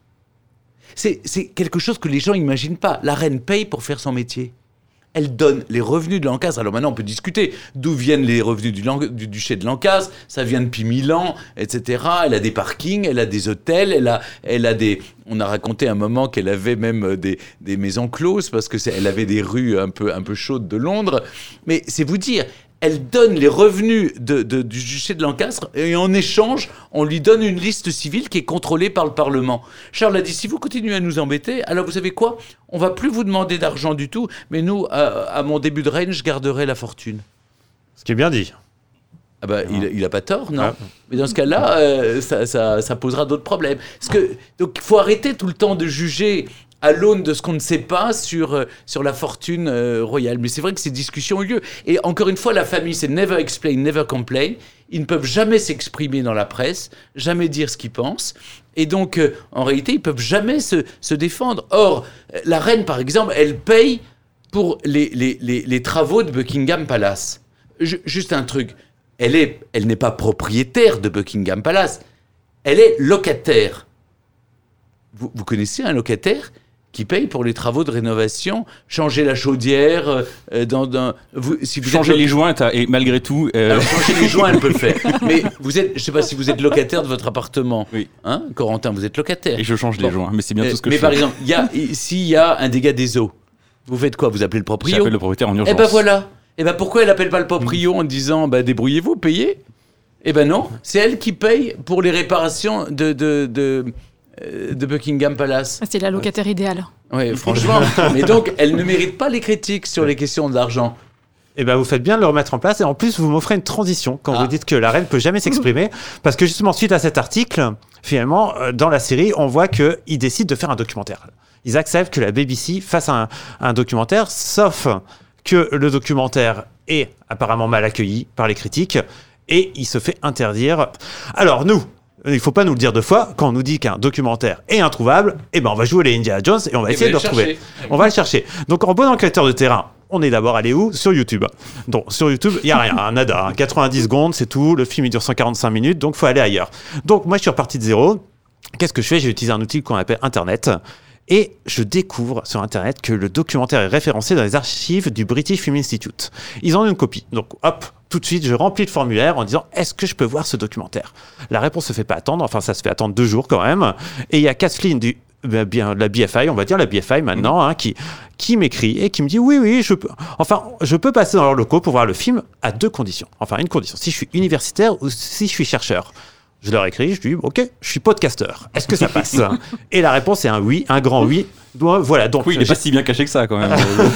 Speaker 5: C'est, c'est quelque chose que les gens n'imaginent pas. La reine paye pour faire son métier. Elle donne les revenus de Lancastre. Alors maintenant, on peut discuter d'où viennent les revenus du, Lan- du duché de Lancastre. Ça vient depuis mille ans, et cetera. Elle a des parkings, elle a des hôtels, elle a, elle a des... On a raconté un moment qu'elle avait même des, des maisons closes parce que c'est, elle avait des rues un peu, un peu chaudes de Londres. Mais c'est vous dire, elle donne les revenus de, de, du duché de Lancastre et en échange, on lui donne une liste civile qui est contrôlée par le Parlement. Charles a dit, si vous continuez à nous embêter, alors vous savez quoi ? On va plus vous demander d'argent du tout, mais nous, à, à mon début de règne, je garderai la fortune.
Speaker 3: Ce qui est bien dit.
Speaker 5: Ah bah, il, il a pas tort, non ?
Speaker 3: Ah.
Speaker 5: Mais dans ce cas-là, euh, ça, ça, ça posera d'autres problèmes. Parce que, donc, il faut arrêter tout le temps de juger à l'aune de ce qu'on ne sait pas sur, euh, sur la fortune euh, royale. Mais c'est vrai que ces discussions ont eu lieu. Et encore une fois, la famille, c'est never explain, never complain. Ils ne peuvent jamais s'exprimer dans la presse, jamais dire ce qu'ils pensent. Et donc, euh, en réalité, ils ne peuvent jamais se, se défendre. Or, la reine, par exemple, elle paye pour les, les, les, les travaux de Buckingham Palace. J- juste un truc. Elle, est, elle n'est pas propriétaire de Buckingham Palace. Elle est locataire. Vous, vous connaissez un locataire qui paye pour les travaux de rénovation, changer la chaudière, euh, dans, dans, vous, si vous
Speaker 4: Changer
Speaker 5: êtes,
Speaker 4: les joints, t'as- et malgré tout. euh,
Speaker 5: alors, changer les joints, elle peut le faire. Mais vous êtes, je ne sais pas si vous êtes locataire de votre appartement.
Speaker 4: Oui.
Speaker 5: Hein, Corentin, vous êtes locataire.
Speaker 4: Et je change les
Speaker 5: Bon.
Speaker 4: joints, mais c'est bien
Speaker 5: Euh,
Speaker 4: tout ce que
Speaker 5: mais
Speaker 4: je
Speaker 5: par
Speaker 4: fais.
Speaker 5: exemple, il y a, s'il y a un dégât des eaux, vous faites quoi ? Vous appelez le proprio ?
Speaker 4: J'appelle le propriétaire en urgence.
Speaker 5: Eh ben voilà. Eh ben pourquoi elle appelle pas le proprio en disant bah, débrouillez-vous, payez ? Eh ben non, c'est elle qui paye pour les réparations de, de, de, euh, de Buckingham Palace.
Speaker 2: C'est la locataire idéale.
Speaker 5: Oui, franchement. Mais donc, elle ne mérite pas les critiques sur les questions de l'argent.
Speaker 3: Eh ben, vous faites bien de le remettre en place. Et en plus, vous m'offrez une transition quand
Speaker 5: Ah.
Speaker 3: vous dites que la reine peut jamais s'exprimer. Parce que justement, suite à cet article, finalement, euh, dans la série, on voit qu'ils décident de faire un documentaire. Ils acceptent que la B B C fasse un, un documentaire, sauf que le documentaire est apparemment mal accueilli par les critiques et il se fait interdire. Alors nous, il ne faut pas nous le dire deux fois, quand on nous dit qu'un documentaire est introuvable, eh ben on va jouer les Indiana Jones et on va
Speaker 5: Et
Speaker 3: essayer de
Speaker 5: va
Speaker 3: le
Speaker 5: le
Speaker 3: retrouver.
Speaker 5: chercher.
Speaker 3: On va le chercher. Donc en bon enquêteur de terrain, on est d'abord allé où ? Sur YouTube. Donc sur YouTube, il n'y a rien, hein, nada. hein. quatre-vingt-dix secondes, c'est tout. Le film il dure cent quarante-cinq minutes, donc il faut aller ailleurs. Donc moi je suis reparti de zéro. Qu'est-ce que je fais ? J'ai utilisé un outil qu'on appelle Internet. Et je découvre sur Internet que le documentaire est référencé dans les archives du British Film Institute. Ils en ont une copie. Donc hop, tout de suite, je remplis le formulaire en disant « Est-ce que je peux voir ce documentaire ?» La réponse se fait pas attendre. Enfin, ça se fait attendre deux jours quand même. Et il y a Kathleen du... bien, la B F I, on va dire la B F I maintenant, hein, qui, qui m'écrit et qui me dit oui, oui, je peux, enfin, je peux passer dans leurs locaux pour voir le film à deux conditions. Enfin, une condition, si je suis universitaire ou si je suis chercheur. Je leur écris, je dis ok, je suis podcasteur. Est-ce que ça passe? Et la réponse est un oui, un grand oui. Donc, voilà, donc,
Speaker 4: oui, il n'est pas si bien caché que ça quand même.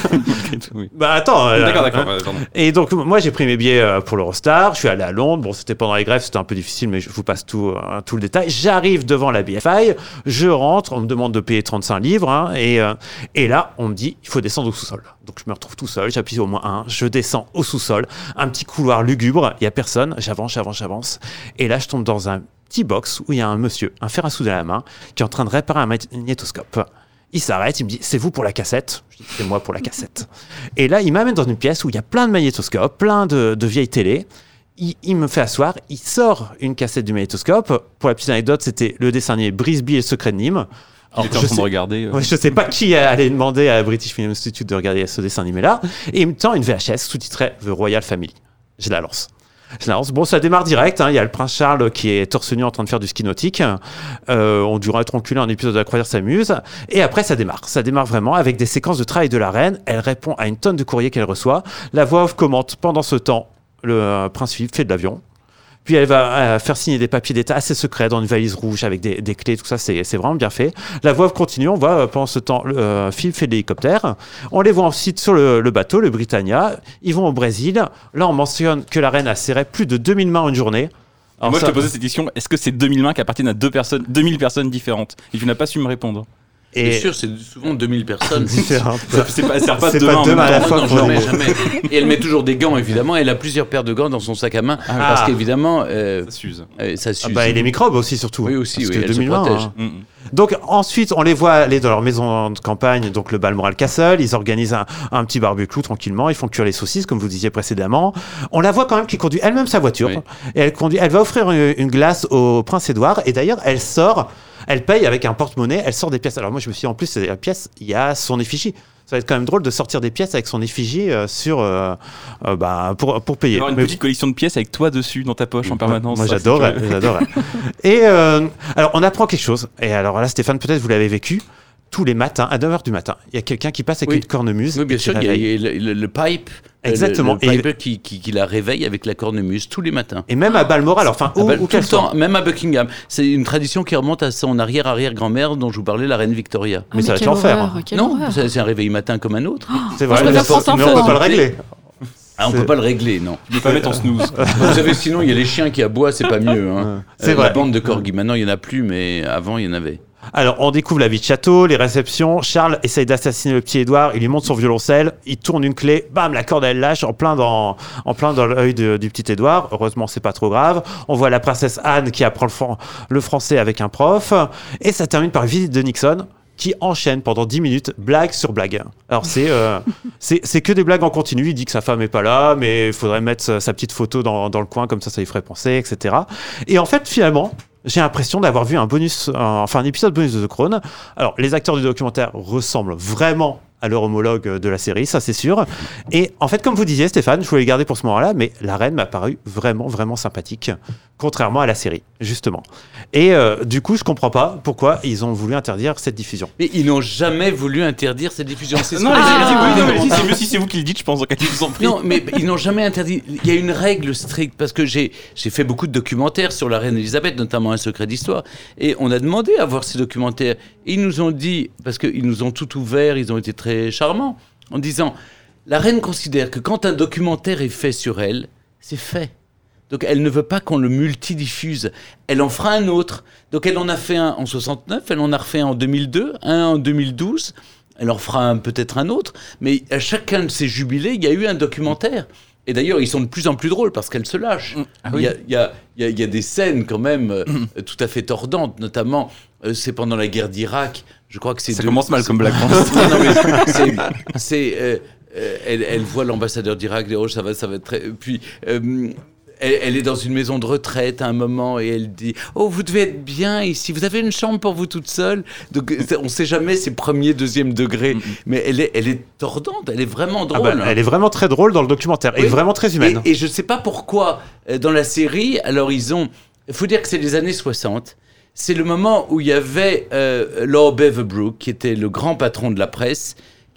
Speaker 3: oui. Bah attends. Euh,
Speaker 4: d'accord, d'accord.
Speaker 3: Euh, et donc moi j'ai pris mes billets pour l'Eurostar. Je suis allé à Londres. Bon, c'était pendant les grèves, c'était un peu difficile, mais je vous passe tout, euh, tout le détail. J'arrive devant la B F I, je rentre, on me demande de payer trente-cinq livres, hein, et euh, et là on me dit il faut descendre au sous-sol. Donc je me retrouve tout seul. J'appuie au moins un. Je descends au sous-sol, un petit couloir lugubre. Il y a personne. J'avance, j'avance, j'avance. Et là je tombe dans un petit box où il y a un monsieur, un fer à souder à la main, qui est en train de réparer un magnétoscope. Il s'arrête, il me dit « C'est vous pour la cassette ?» Je dis « C'est moi pour la cassette. » Et là, il m'amène dans une pièce où il y a plein de magnétoscopes, plein de, de vieilles télé. Il, il me fait asseoir, il sort une cassette du magnétoscope. Pour la petite anecdote, c'était le dessin animé Brisby et le secret de Nîmes.
Speaker 4: Alors, il était en train de regarder. Euh...
Speaker 3: Ouais, je sais pas qui allait demander à la British Film Institute de regarder ce dessin animé-là. Et il me tend une V H S sous-titrée The Royal Family. Je la lance. Je la lance. Bon, ça démarre direct. Hein. Il y a le prince Charles qui est torse nu en train de faire du ski nautique. Euh, on durera être enculé un épisode de La Croisière s'amuse. Et après, ça démarre. Ça démarre vraiment avec des séquences de travail de la reine. Elle répond à une tonne de courriers qu'elle reçoit. La voix off commente pendant ce temps. Le euh, prince Philippe fait de l'avion. Puis elle va euh, faire signer des papiers d'état assez secrets dans une valise rouge avec des, des clés, tout ça, c'est, c'est vraiment bien fait. La voix continue, on voit euh, pendant ce temps, euh, Phil fait de l'hélicoptère. On les voit ensuite sur le, le bateau, le Britannia. Ils vont au Brésil. Là, on mentionne que la reine a serré plus de deux mille mains en une journée.
Speaker 4: Alors moi, ça... je te posais cette question, est-ce que c'est deux mille mains qui appartiennent à deux personnes, deux mille personnes différentes? Et tu n'as pas su me répondre.
Speaker 5: Et bien sûr, c'est souvent deux mille personnes
Speaker 3: différentes.
Speaker 4: Ça, c'est pas, elle sert pas
Speaker 3: c'est
Speaker 4: de deux
Speaker 3: pas
Speaker 4: mains
Speaker 3: deux mains à la
Speaker 5: non,
Speaker 3: fois.
Speaker 5: non, jamais, jamais. Et elle met toujours des gants, évidemment. Elle a plusieurs paires de gants dans son sac à main ah, parce ah. qu'évidemment, euh,
Speaker 4: ça s'use.
Speaker 5: Euh, ça s'use.
Speaker 3: Ah bah, et les microbes aussi, surtout.
Speaker 5: Oui, aussi.
Speaker 3: Parce
Speaker 5: oui,
Speaker 3: que
Speaker 5: elle
Speaker 3: deux mille
Speaker 5: se protège.
Speaker 3: Hein. Mm-hmm. Donc ensuite, on les voit aller dans leur maison de campagne, donc le Balmoral Castle. Ils organisent un, un petit barbecue tranquillement. Ils font cuire les saucisses, comme vous disiez précédemment. On la voit quand même qui conduit elle-même sa voiture. Oui. Et elle conduit. Elle va offrir une, une glace au prince Édouard. Et d'ailleurs, elle sort. Elle paye avec un porte-monnaie, elle sort des pièces. Alors moi, je me suis dit, en plus, c'est la pièce, il y a son effigie. Ça va être quand même drôle de sortir des pièces avec son effigie euh, sur, euh, euh, bah, pour, pour payer.
Speaker 4: Avoir une
Speaker 3: Mais...
Speaker 4: petite collection de pièces avec toi dessus dans ta poche en permanence.
Speaker 3: Moi,
Speaker 4: ça,
Speaker 3: j'adorais. j'adorais. Et euh, alors, on apprend quelque chose. Et alors là, Stéphane, peut-être vous l'avez vécu. Tous les matins, à neuf heures du matin, il y a quelqu'un qui passe avec
Speaker 5: oui.
Speaker 3: une cornemuse.
Speaker 5: Oui, bien sûr, il y a, il y a le, le, le pipe.
Speaker 3: Exactement.
Speaker 5: Le, le piper et... qui, qui, qui la réveille avec la cornemuse tous les matins.
Speaker 3: Et même à Balmoral, enfin, où,
Speaker 5: Bal-
Speaker 3: où
Speaker 5: tout le temps, même à Buckingham. C'est une tradition qui remonte à son arrière-arrière-grand-mère dont je vous parlais, la reine Victoria.
Speaker 2: Ah,
Speaker 3: mais, mais ça va être l'enfer. Hein.
Speaker 5: Non, c'est, c'est un réveil matin comme un autre.
Speaker 2: Oh,
Speaker 3: c'est vrai,
Speaker 2: mais on
Speaker 3: peut pas le régler.
Speaker 5: Ah, on peut pas le régler, non.
Speaker 4: Tu peux pas mettre en snooze.
Speaker 5: Vous savez, sinon, il y a les chiens qui aboient, c'est pas mieux. Hein.
Speaker 3: C'est
Speaker 5: euh,
Speaker 3: vrai.
Speaker 5: La bande de corgis, maintenant, il y en a plus, mais avant, il y en avait.
Speaker 3: Alors, on découvre la vie de château, les réceptions. Charles essaye d'assassiner le petit Édouard. Il lui monte son violoncelle. Il tourne une clé. Bam, la corde, elle lâche en plein dans, en plein dans l'œil de, du petit Édouard. Heureusement, c'est pas trop grave. On voit la princesse Anne qui apprend le, fran- le français avec un prof. Et ça termine par une visite de Nixon qui enchaîne pendant dix minutes, blague sur blague. Alors, c'est, euh, c'est, c'est que des blagues en continu. Il dit que sa femme est pas là, mais il faudrait mettre sa, sa petite photo dans, dans le coin, comme ça, ça lui ferait penser, et cetera. Et en fait, finalement, j'ai l'impression d'avoir vu un bonus, euh, enfin un épisode bonus de The Crown. Alors, les acteurs du documentaire ressemblent vraiment à leur homologue de la série, ça c'est sûr. Et en fait, comme vous disiez, Stéphane, je voulais le garder pour ce moment-là, mais la reine m'a paru vraiment, vraiment sympathique, contrairement à la série, justement. Et euh, du coup, je comprends pas pourquoi ils ont voulu interdire cette diffusion.
Speaker 5: Mais ils n'ont jamais voulu interdire cette diffusion. C'est
Speaker 4: non, ah, oui, non, mais si, c'est mieux si c'est vous qui le dites, je pense, en cas de vous en prie.
Speaker 5: Non, mais ils n'ont jamais interdit. Il y a une règle stricte, parce que j'ai, j'ai fait beaucoup de documentaires sur la reine Elisabeth, notamment Un secret d'histoire, et on a demandé à voir ces documentaires. Et ils nous ont dit, parce qu'ils nous ont tout ouvert, ils ont été très charmant, en disant la reine considère que quand un documentaire est fait sur elle, c'est fait. Donc elle ne veut pas qu'on le multidiffuse. Elle en fera un autre. Donc elle en a fait un en soixante-neuf, elle en a refait un en deux mille deux, un en deux mille douze. Elle en fera un, peut-être un autre. Mais à chacun de ces jubilés, il y a eu un documentaire. Et d'ailleurs, ils sont de plus en plus drôles parce qu'elle se lâche. Ah oui. il, y a, il, y a, il, y a, il y a des scènes quand même euh, tout à fait tordantes, notamment, euh, c'est pendant la guerre d'Irak. Je crois que c'est
Speaker 4: ça
Speaker 5: deux...
Speaker 4: commence mal comme blague.
Speaker 5: non, mais c'est, c'est euh, euh, elle, elle voit l'ambassadeur d'Irak, les oh, ça va, ça va être très. Puis euh, elle, elle est dans une maison de retraite à un moment et elle dit oh vous devez être bien ici, vous avez une chambre pour vous toute seule. Donc on ne sait jamais ses premiers, deuxième degré, mm-hmm. mais elle est, elle est tordante, elle est vraiment drôle.
Speaker 3: Ah bah, elle est vraiment très drôle dans le documentaire oui. et vraiment très humaine.
Speaker 5: Et, et je ne sais pas pourquoi dans la série, alors ils ont, il faut dire que c'est les années soixante. C'est le moment où il y avait euh, Lord Beaverbrook, qui était le grand patron de la presse,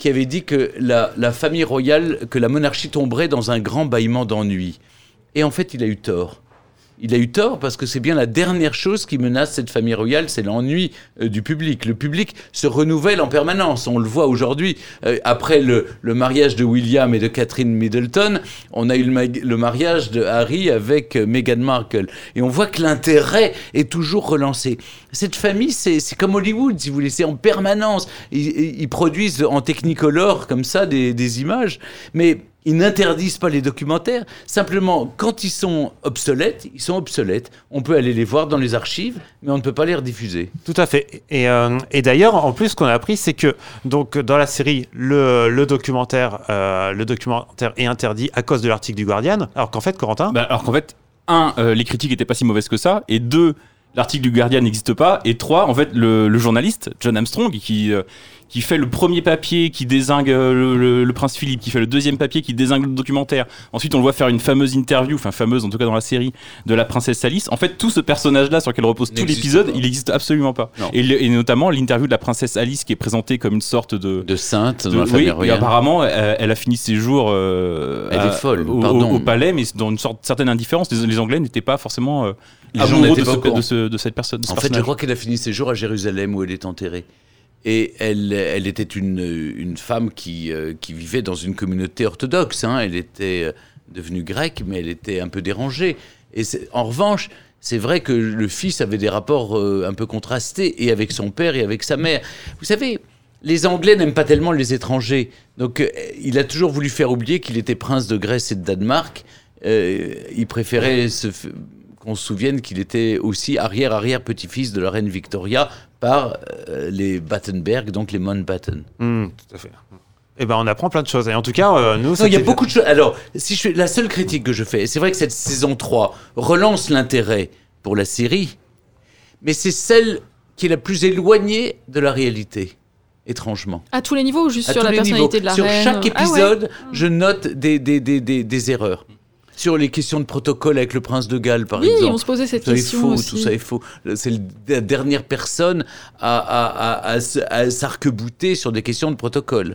Speaker 5: qui avait dit que la, la famille royale, que la monarchie tomberait dans un grand bâillement d'ennui. Et en fait, il a eu tort. Il a eu tort parce que c'est bien la dernière chose qui menace cette famille royale, c'est l'ennui euh, du public. Le public se renouvelle en permanence, on le voit aujourd'hui. Euh, après le, le mariage de William et de Catherine Middleton, on a eu le, ma- le mariage de Harry avec euh, Meghan Markle. Et on voit que l'intérêt est toujours relancé. Cette famille, c'est, c'est comme Hollywood, si vous voulez, c'est en permanence. Ils, ils produisent en Technicolor, comme ça, des, des images. Mais ils n'interdisent pas les documentaires. Simplement, quand ils sont obsolètes, ils sont obsolètes. On peut aller les voir dans les archives, mais on ne peut pas les rediffuser.
Speaker 3: Tout à fait. Et, euh, et d'ailleurs, en plus, ce qu'on a appris, c'est que donc, dans la série, le, le, documentaire, euh, le documentaire est interdit à cause de l'article du Guardian. Alors qu'en fait, Corentin
Speaker 4: bah, Alors qu'en fait, un, euh, les critiques n'étaient pas si mauvaises que ça. Et deux, l'article du Guardian n'existe pas. Et trois, en fait, le, le journaliste, John Armstrong, qui... Euh, qui fait le premier papier qui dézingue le, le, le prince Philippe, qui fait le deuxième papier qui dézingue le documentaire. Ensuite, on le voit faire une fameuse interview, enfin fameuse en tout cas dans la série, de la princesse Alice. En fait, tout ce personnage-là sur lequel repose tout l'épisode, pas. il n'existe absolument pas. Et, le, et notamment l'interview de la princesse Alice qui est présentée comme une sorte de...
Speaker 5: De sainte
Speaker 4: de,
Speaker 5: dans la famille
Speaker 4: oui,
Speaker 5: royale.
Speaker 4: Et apparemment, elle, elle a fini ses jours euh,
Speaker 5: elle
Speaker 4: à,
Speaker 5: est folle,
Speaker 4: au,
Speaker 5: pardon.
Speaker 4: Au, au palais, mais dans une sorte, certaine indifférence. Les, les Anglais n'étaient pas forcément euh,
Speaker 5: les
Speaker 4: amoureux de,
Speaker 5: pas
Speaker 4: ce, de, ce, de cette personne. De
Speaker 5: en fait,
Speaker 4: personnage.
Speaker 5: je crois qu'elle a fini ses jours à Jérusalem où elle est enterrée. Et elle, elle était une, une femme qui, euh, qui vivait dans une communauté orthodoxe. Hein. Elle était euh, devenue grecque, mais elle était un peu dérangée. Et en revanche, c'est vrai que le fils avait des rapports euh, un peu contrastés, et avec son père et avec sa mère. Vous savez, les Anglais n'aiment pas tellement les étrangers. Donc, euh, il a toujours voulu faire oublier qu'il était prince de Grèce et de Danemark. Euh, il préférait se... qu'on se souvienne qu'il était aussi arrière-arrière-petit-fils de la reine Victoria par euh, les Battenberg, donc les Mountbatten.
Speaker 3: Mmh, tout à fait. Eh ben, on apprend plein de choses. Et en tout cas, euh, nous...
Speaker 5: Non, il y a beaucoup de choses. Alors, si je fais... la seule critique que je fais, c'est vrai que cette saison trois relance l'intérêt pour la série, mais c'est celle qui est la plus éloignée de la réalité, étrangement.
Speaker 2: À tous les niveaux ou juste
Speaker 5: à
Speaker 2: sur la personnalité niveaux. de la
Speaker 5: sur
Speaker 2: reine?
Speaker 5: Sur chaque épisode,
Speaker 2: ah ouais.
Speaker 5: je note des, des, des, des, des erreurs. Sur les questions de protocole avec le prince de Galles, par
Speaker 2: oui,
Speaker 5: exemple.
Speaker 2: Oui, on se posait cette
Speaker 5: tout
Speaker 2: question
Speaker 5: faux,
Speaker 2: aussi.
Speaker 5: Tout ça est faux. C'est la dernière personne à, à, à, à, à s'arc-bouter sur des questions de protocole.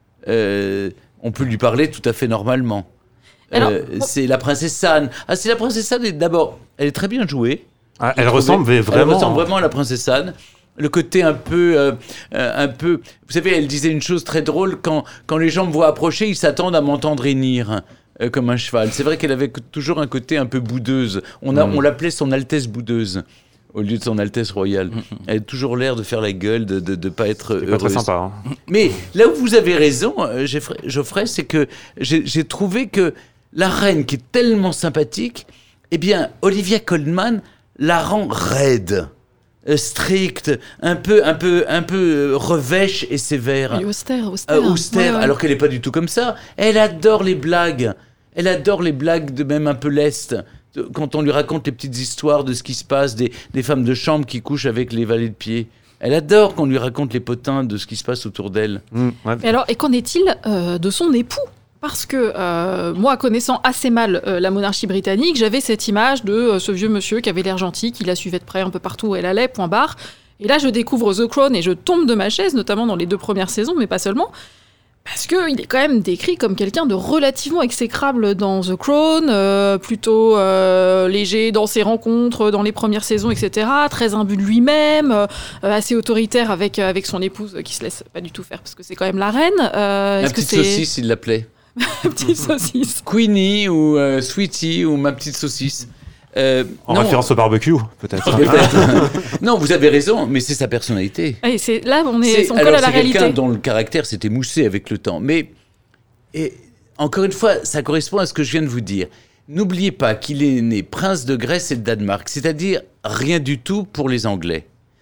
Speaker 5: Euh, on peut lui parler tout à fait normalement. Alors, euh, bon. C'est la princesse Anne. Ah, c'est la princesse Anne, d'abord, elle est très bien jouée.
Speaker 3: Ah, elle ressemble vraiment...
Speaker 5: Elle ressemble vraiment à la princesse Anne. Le côté un peu, euh, un peu... Vous savez, elle disait une chose très drôle. Quand, quand les gens me voient approcher, ils s'attendent à m'entendre hennir. Euh, comme un cheval. C'est vrai qu'elle avait toujours un côté un peu boudeuse. On, a, mmh. on l'appelait son Altesse boudeuse au lieu de son Altesse royale. Mmh. Elle a toujours l'air de faire la gueule, de ne de, de pas être heureuse.
Speaker 3: Pas très sympa. Hein.
Speaker 5: Mais là où vous avez raison, euh, Geoffrey, c'est que j'ai, j'ai trouvé que la reine, qui est tellement sympathique, eh bien, Olivia Colman la rend raide. Euh, stricte, un peu, un peu, un peu euh, revêche et sévère.
Speaker 2: Oui, austère, austère.
Speaker 5: Euh, austère, ouais, ouais. Alors qu'elle n'est pas du tout comme ça. Elle adore les blagues. Elle adore les blagues de même un peu leste. Quand on lui raconte les petites histoires de ce qui se passe, des, des femmes de chambre qui couchent avec les valets de pied. Elle adore qu'on lui raconte les potins de ce qui se passe autour d'elle.
Speaker 3: Mmh, ouais.
Speaker 2: Et alors, et qu'en est-il euh, de son époux ? Parce que euh, moi, connaissant assez mal euh, la monarchie britannique, j'avais cette image de euh, ce vieux monsieur qui avait l'air gentil, qui la suivait de près un peu partout où elle allait, point barre. Et là, je découvre The Crown et je tombe de ma chaise, notamment dans les deux premières saisons, mais pas seulement. Parce qu'il est quand même décrit comme quelqu'un de relativement exécrable dans The Crown, euh, plutôt euh, léger dans ses rencontres, dans les premières saisons, et cetera. Très imbu de lui-même, euh, assez autoritaire avec, avec son épouse, qui se laisse pas du tout faire, parce que c'est quand même la reine. Euh,
Speaker 5: Ma petite saucisse, il l'appelait.
Speaker 2: Ma petite saucisse.
Speaker 5: Queenie ou euh, Sweetie ou ma petite saucisse.
Speaker 3: Euh, en non, référence au barbecue, peut-être.
Speaker 5: peut-être. Non, vous avez raison, mais c'est sa personnalité.
Speaker 2: Et c'est, là, on est,
Speaker 5: c'est,
Speaker 2: on colle à la
Speaker 5: c'est
Speaker 2: réalité.
Speaker 5: C'est quelqu'un dont le caractère s'est émoussé avec le temps. Mais, et, encore une fois, ça correspond à ce que je viens de vous dire. N'oubliez pas qu'il est né prince de Grèce et de Danemark, c'est-à-dire rien du tout pour les Anglais.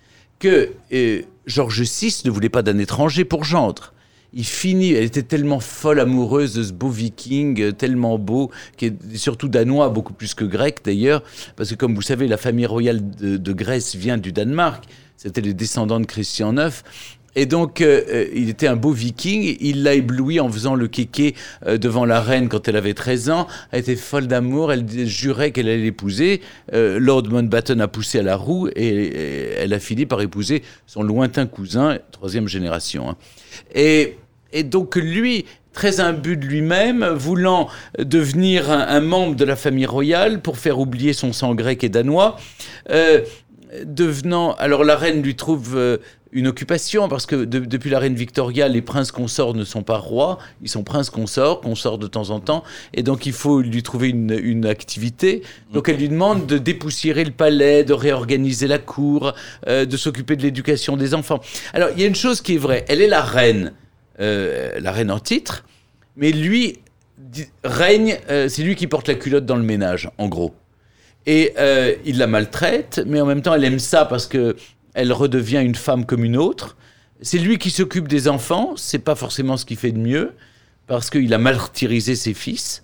Speaker 5: Que euh, George six ne voulait pas d'un étranger pour gendre. Il finit, elle était tellement folle amoureuse de ce beau viking, tellement beau, qui est surtout danois, beaucoup plus que grec d'ailleurs, parce que comme vous savez, la famille royale de, de Grèce vient du Danemark, c'était les descendants de Christian neuf, et donc euh, il était un beau viking, il l'a ébloui en faisant le kéké euh, devant la reine quand elle avait treize ans, elle était folle d'amour, elle jurait qu'elle allait l'épouser, euh, Lord Mountbatten a poussé à la roue, et, et elle a fini par épouser son lointain cousin, troisième génération. Hein. Et... Et donc lui, très imbu de lui-même, voulant devenir un, un membre de la famille royale pour faire oublier son sang grec et danois, euh, devenant... Alors la reine lui trouve euh, une occupation, parce que de, depuis la reine Victoria, les princes consorts ne sont pas rois, ils sont princes consorts, consorts de temps en temps, et donc il faut lui trouver une, une activité. Donc elle lui demande de dépoussiérer le palais, de réorganiser la cour, euh, de s'occuper de l'éducation des enfants. Alors il y a une chose qui est vraie, elle est la reine, euh, la reine en titre, mais lui dit, règne, euh, c'est lui qui porte la culotte dans le ménage, en gros. Et euh, il la maltraite, mais en même temps, elle aime ça parce qu'elle redevient une femme comme une autre. C'est lui qui s'occupe des enfants, c'est pas forcément ce qu'il fait de mieux, parce qu'il a martyrisé ses fils,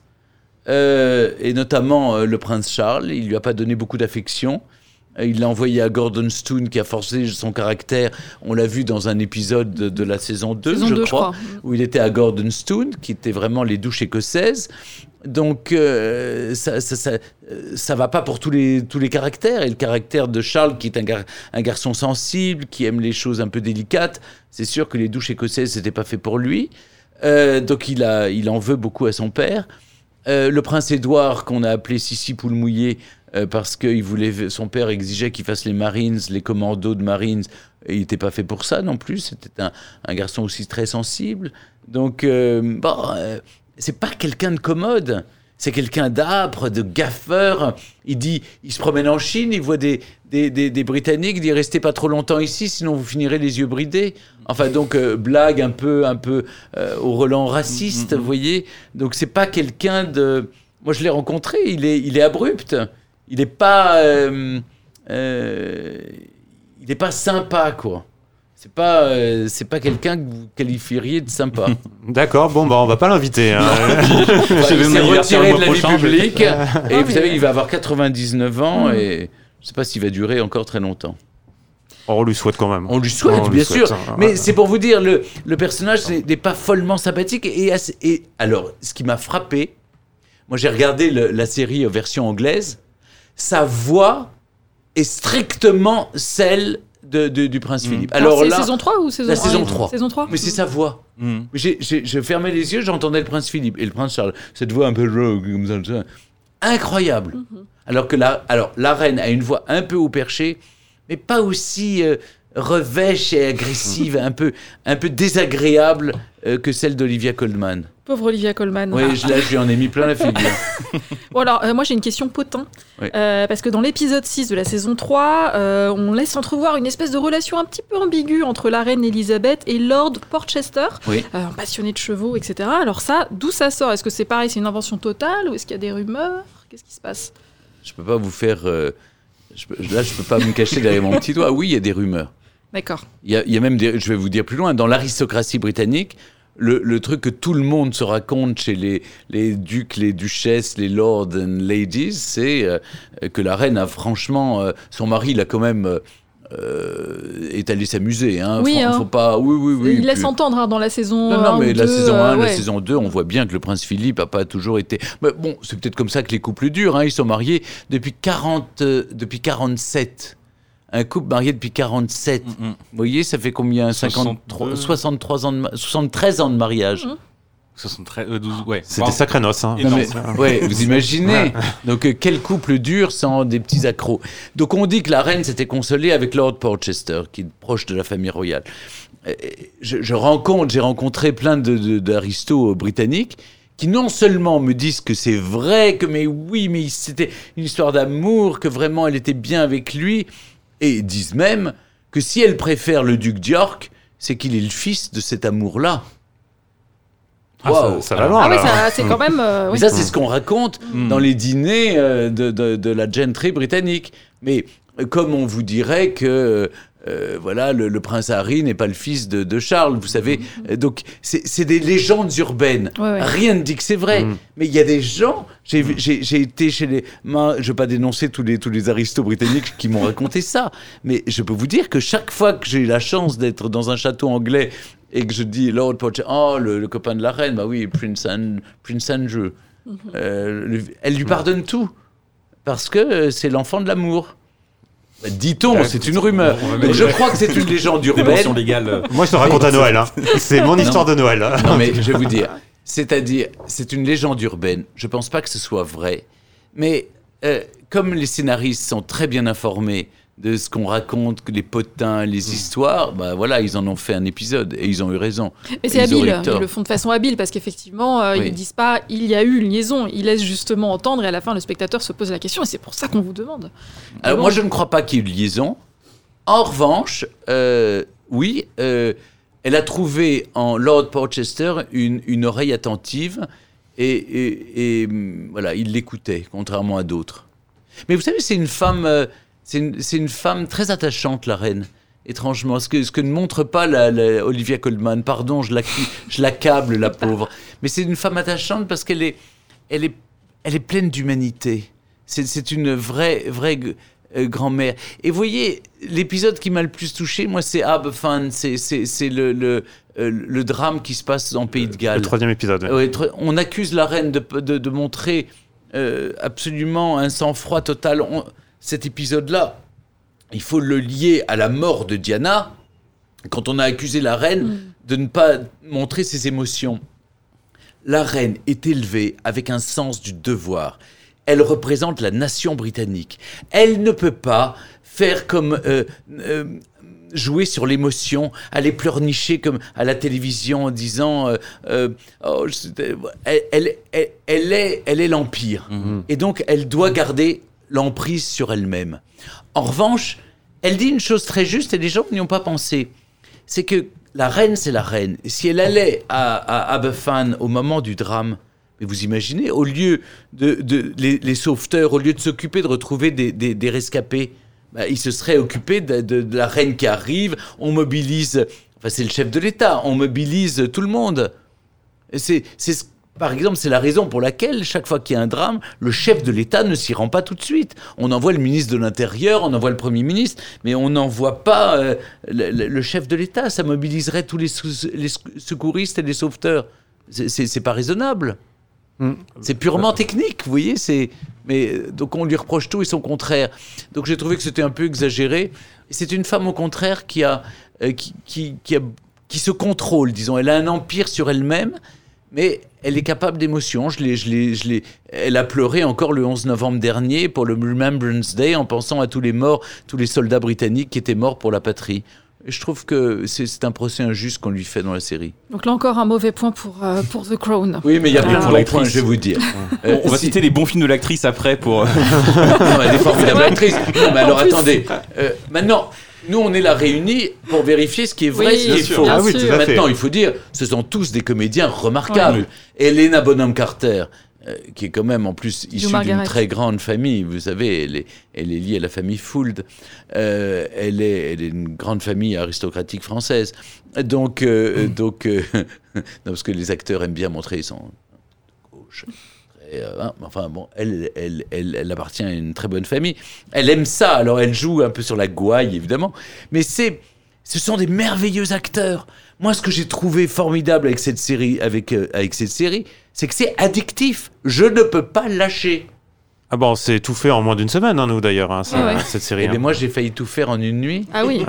Speaker 5: euh, et notamment euh, le prince Charles, il lui a pas donné beaucoup d'affection. Il l'a envoyé à Gordonstoun, qui a forcé son caractère. On l'a vu dans un épisode de, de la saison deux,
Speaker 2: saison
Speaker 5: je,
Speaker 2: deux
Speaker 5: crois,
Speaker 2: je crois,
Speaker 5: où il était à Gordonstoun, qui était vraiment les douches écossaises. Donc, euh, ça, ça, ça, ça va pas pour tous les, tous les caractères. Et le caractère de Charles, qui est un, gar, un garçon sensible, qui aime les choses un peu délicates, c'est sûr que les douches écossaises, c'était pas fait pour lui. Euh, donc, il, a, il en veut beaucoup à son père. Euh, le prince Édouard, qu'on a appelé Sissi Poule Mouillée, euh, parce que il voulait, son père exigeait qu'il fasse les Marines, les commandos de Marines, et il n'était pas fait pour ça non plus. C'était un, un garçon aussi très sensible. Donc, euh, bon, euh, c'est pas quelqu'un de commode. C'est quelqu'un d'âpre, de gaffeur. Il dit, il se promène en Chine, il voit des, des, des, des Britanniques, il dit restez pas trop longtemps ici, sinon vous finirez les yeux bridés. Enfin donc euh, blague un peu, un peu euh, au relent raciste, vous voyez. Donc c'est pas quelqu'un de. Moi je l'ai rencontré, il est, il est abrupt. Il est pas, euh, euh, il est pas sympa quoi. C'est pas, euh, c'est pas quelqu'un que vous qualifieriez de sympa.
Speaker 3: D'accord, bon, bah, on va pas l'inviter. Hein.
Speaker 5: Enfin, il s'est retiré de la vie
Speaker 4: prochain,
Speaker 5: publique. Et
Speaker 2: Ah,
Speaker 5: vous
Speaker 2: mais...
Speaker 5: savez, il va avoir quatre-vingt-dix-neuf ans
Speaker 2: mmh.
Speaker 5: et je sais pas s'il va durer encore très longtemps.
Speaker 3: On lui souhaite quand même.
Speaker 5: On lui souhaite,
Speaker 3: on
Speaker 5: bien
Speaker 3: lui souhaite,
Speaker 5: sûr.
Speaker 3: hein.
Speaker 5: Mais c'est pour vous dire, le, le personnage n'est pas follement sympathique. Et, assez, et alors, ce qui m'a frappé, moi j'ai regardé le, la série version anglaise, sa voix est strictement celle de, de, du prince mmh. Philippe.
Speaker 2: Alors, alors
Speaker 5: c'est
Speaker 2: là, saison trois ou saison
Speaker 5: la saison
Speaker 2: un,
Speaker 5: trois.
Speaker 2: Saison trois.
Speaker 5: Mais c'est sa voix.
Speaker 4: Mmh.
Speaker 5: J'ai, j'ai, je fermais les yeux, j'entendais le prince Philippe et le prince Charles. Cette voix un peu rogue, comme ça, incroyable. Mmh. Alors que la, alors, la reine a une voix un peu haut perché, mais pas aussi euh, revêche et agressive, un peu, un peu désagréable euh, que celle d'Olivia Colman.
Speaker 2: Pauvre Olivia Colman.
Speaker 5: Oui, je, là, je lui en ai mis plein la figure.
Speaker 2: Bon, alors, euh, moi, j'ai une question potin. Oui. Euh, parce que dans l'épisode six de la saison trois, euh, on laisse entrevoir une espèce de relation un petit peu ambiguë entre la reine Elisabeth et Lord Porchester,
Speaker 5: oui.
Speaker 2: euh, un passionné de chevaux, et cetera. Alors ça, d'où ça sort ? Est-ce que c'est pareil, c'est une invention totale ou est-ce qu'il y a des rumeurs ? Qu'est-ce qui se passe ?
Speaker 5: Je peux pas vous faire... Euh, je peux, là, je peux pas me cacher derrière mon petit doigt. Oui, il y a des rumeurs.
Speaker 2: D'accord.
Speaker 5: Il y a, il y a même des... Je vais vous dire plus loin. Dans l'aristocratie britannique, Le, le truc que tout le monde se raconte chez les, les ducs, les duchesses, les lords and ladies, c'est euh, que la reine a franchement... Euh, son mari, il a quand même... Euh, est allé s'amuser. Hein.
Speaker 2: Oui,
Speaker 5: Fran-
Speaker 2: hein.
Speaker 5: faut pas... oui, oui, oui.
Speaker 2: Il
Speaker 5: puis...
Speaker 2: laisse entendre hein, dans la saison
Speaker 5: non, non,
Speaker 2: un
Speaker 5: mais
Speaker 2: ou
Speaker 5: la
Speaker 2: deux,
Speaker 5: saison un,
Speaker 2: euh,
Speaker 5: la
Speaker 2: ouais.
Speaker 5: saison deux, on voit bien que le prince Philippe n'a pas toujours été... Mais bon, c'est peut-être comme ça que les couples durent. Hein. Ils sont mariés depuis, quarante, euh, depuis quarante-sept. Un couple marié depuis quarante-sept. Mm-hmm. Vous voyez, ça fait combien cinquante-trois, soixante-trois ans de, soixante-treize ans de mariage.
Speaker 2: Mm-hmm.
Speaker 4: soixante-treize, euh, douze, ouais.
Speaker 3: C'est des sacrées noces. Hein.
Speaker 5: Non, mais, ouais, vous imaginez. Donc, euh, quel couple dur sans des petits accros. Donc, on dit que la reine s'était consolée avec Lord Porchester, qui est proche de la famille royale. Je, je rencontre, j'ai rencontré plein de, de, d'aristos britanniques qui non seulement me disent que c'est vrai, que mais oui, mais c'était une histoire d'amour, que vraiment elle était bien avec lui, et disent même que si elle préfère le duc d'York, c'est qu'il est le fils de cet amour-là.
Speaker 3: Ah, wow. ça, ça va loin.
Speaker 2: Ah oui,
Speaker 3: alors.
Speaker 2: ça, c'est quand même. Euh,
Speaker 5: Mais
Speaker 2: oui.
Speaker 5: ça, c'est ce qu'on raconte
Speaker 4: mmh.
Speaker 5: dans les dîners euh, de, de, de la gentry britannique. Mais euh, comme on vous dirait que euh, voilà, le, le prince Harry n'est pas le fils de, de Charles, vous savez. Mmh. Donc, c'est, c'est des légendes urbaines. Ouais, ouais. Rien ne dit que c'est vrai. Mmh. Mais il y a des gens. J'ai, mmh. j'ai, j'ai été chez les. Moi, je ne veux pas dénoncer tous les, tous les aristos britanniques qui m'ont raconté ça. Mais je peux vous dire que chaque fois que j'ai la chance d'être dans un château anglais et que je dis Lord Porchester, oh, le, le copain de la reine, bah oui, Prince, An- Prince Andrew. Mm-hmm. Euh, le, elle lui pardonne tout, parce que c'est l'enfant de l'amour. Bah, dit-on, euh, c'est une rumeur. Donc je crois que c'est une légende urbaine.
Speaker 4: Légale.
Speaker 3: Moi, je te raconte à Noël. Hein. C'est mon histoire
Speaker 5: non.
Speaker 3: de Noël.
Speaker 5: Non, mais je vais vous dire, c'est-à-dire, c'est une légende urbaine. Je pense pas que ce soit vrai. Mais euh, comme les scénaristes sont très bien informés de ce qu'on raconte, les potins, les mmh. histoires, bah voilà, ils en ont fait un épisode et ils ont eu raison.
Speaker 2: Mais c'est habile, ils le font de façon habile parce qu'effectivement, euh, oui. ils disent pas il y a eu une liaison, ils laissent justement entendre et à la fin le spectateur se pose la question et c'est pour ça qu'on vous demande.
Speaker 5: Alors
Speaker 2: bon.
Speaker 5: moi je ne crois pas qu'il y ait eu de liaison. En revanche, euh, oui, euh, elle a trouvé en Lord Porchester une, une oreille attentive et, et, et voilà, il l'écoutait contrairement à d'autres. Mais vous savez, c'est une femme. Euh, C'est une, c'est une femme très attachante, la reine, étrangement. Ce que, ce que ne montre pas la, la Olivia Colman. Pardon, je, la, je l'accable, la pauvre. Mais c'est une femme attachante parce qu'elle est, elle est, elle est pleine d'humanité. C'est, c'est une vraie, vraie euh, grand-mère. Et vous voyez, l'épisode qui m'a le plus touché, moi, c'est Aberfan. C'est, c'est, c'est le, le, euh, le drame qui se passe en Pays de Galles.
Speaker 3: Le troisième épisode.
Speaker 5: Ouais, on accuse la reine de, de, de montrer euh, absolument un sang-froid total. On, Cet épisode-là, il faut le lier à la mort de Diana, quand on a accusé la reine mmh. de ne pas montrer ses émotions. La reine est élevée avec un sens du devoir. Elle représente la nation britannique. Elle ne peut pas faire comme euh, euh, jouer sur l'émotion, aller pleurnicher comme à la télévision en disant euh, euh, oh, elle, elle, elle, elle, est, elle est l'Empire. Mmh. Et donc, elle doit garder l'emprise sur elle-même. En revanche, elle dit une chose très juste et les gens n'y ont pas pensé. C'est que la reine, c'est la reine. Et si elle allait à, à Aberfan au moment du drame, mais vous imaginez, au lieu de, de les, les sauveteurs, au lieu de s'occuper de retrouver des, des, des rescapés, bah, ils se seraient occupés de, de, de la reine qui arrive. On mobilise, enfin c'est le chef de l'État, on mobilise tout le monde. Et c'est, c'est ce Par exemple, c'est la raison pour laquelle, chaque fois qu'il y a un drame, le chef de l'État ne s'y rend pas tout de suite. On envoie le ministre de l'Intérieur, on envoie le Premier ministre, mais on n'envoie pas euh, le, le chef de l'État. Ça mobiliserait tous les, sou- les secouristes et les sauveteurs. C'est, c'est, c'est pas raisonnable. Mmh. C'est purement technique, vous voyez. C'est... Mais, donc on lui reproche tout et son contraire. Donc j'ai trouvé que c'était un peu exagéré. Et c'est une femme, au contraire, qui, a, euh, qui, qui, qui, a, qui se contrôle, disons. Elle a un empire sur elle-même, mais elle est capable d'émotion. Je l'ai, je l'ai, je l'ai... Elle a pleuré encore le onze novembre dernier pour le Remembrance Day en pensant à tous les morts, tous les soldats britanniques qui étaient morts pour la patrie. Et je trouve que c'est, c'est un procès injuste qu'on lui fait dans la série.
Speaker 2: Donc là encore, un mauvais point pour, euh, pour The Crown.
Speaker 5: Oui, mais il y a plein de bons points, je vais vous dire.
Speaker 4: euh, on va si... citer les bons films de l'actrice après pour...
Speaker 5: non, elle est formidable actrice. Non, mais alors attendez. Euh, maintenant... Nous, on est là réunis pour vérifier ce qui est vrai,
Speaker 2: oui,
Speaker 5: ce qui est faux.
Speaker 3: Ah oui,
Speaker 5: Maintenant, il faut dire, ce sont tous des comédiens remarquables. Oui. Helena Bonham Carter, euh, qui est quand même en plus issue d'une très grande famille, vous savez, elle est, elle est liée à la famille Fould. Euh, elle, est, elle est une grande famille aristocratique française. Donc, euh, mm. donc euh, non, parce que les acteurs aiment bien montrer ils sont gauche. Euh, hein, enfin bon, elle, elle, elle, elle appartient à une très bonne famille. Elle aime ça, alors elle joue un peu sur la gouaille, évidemment. Mais c'est, ce sont des merveilleux acteurs. Moi, ce que j'ai trouvé formidable avec cette série, avec, euh, avec cette série, c'est que c'est addictif. Je ne peux pas lâcher.
Speaker 3: Ah bon, c'est tout fait en moins d'une semaine, hein, nous d'ailleurs, hein, ça, ah ouais. cette série.
Speaker 5: Eh
Speaker 3: hein.
Speaker 5: bien, moi, j'ai failli tout faire en une nuit.
Speaker 2: Ah oui.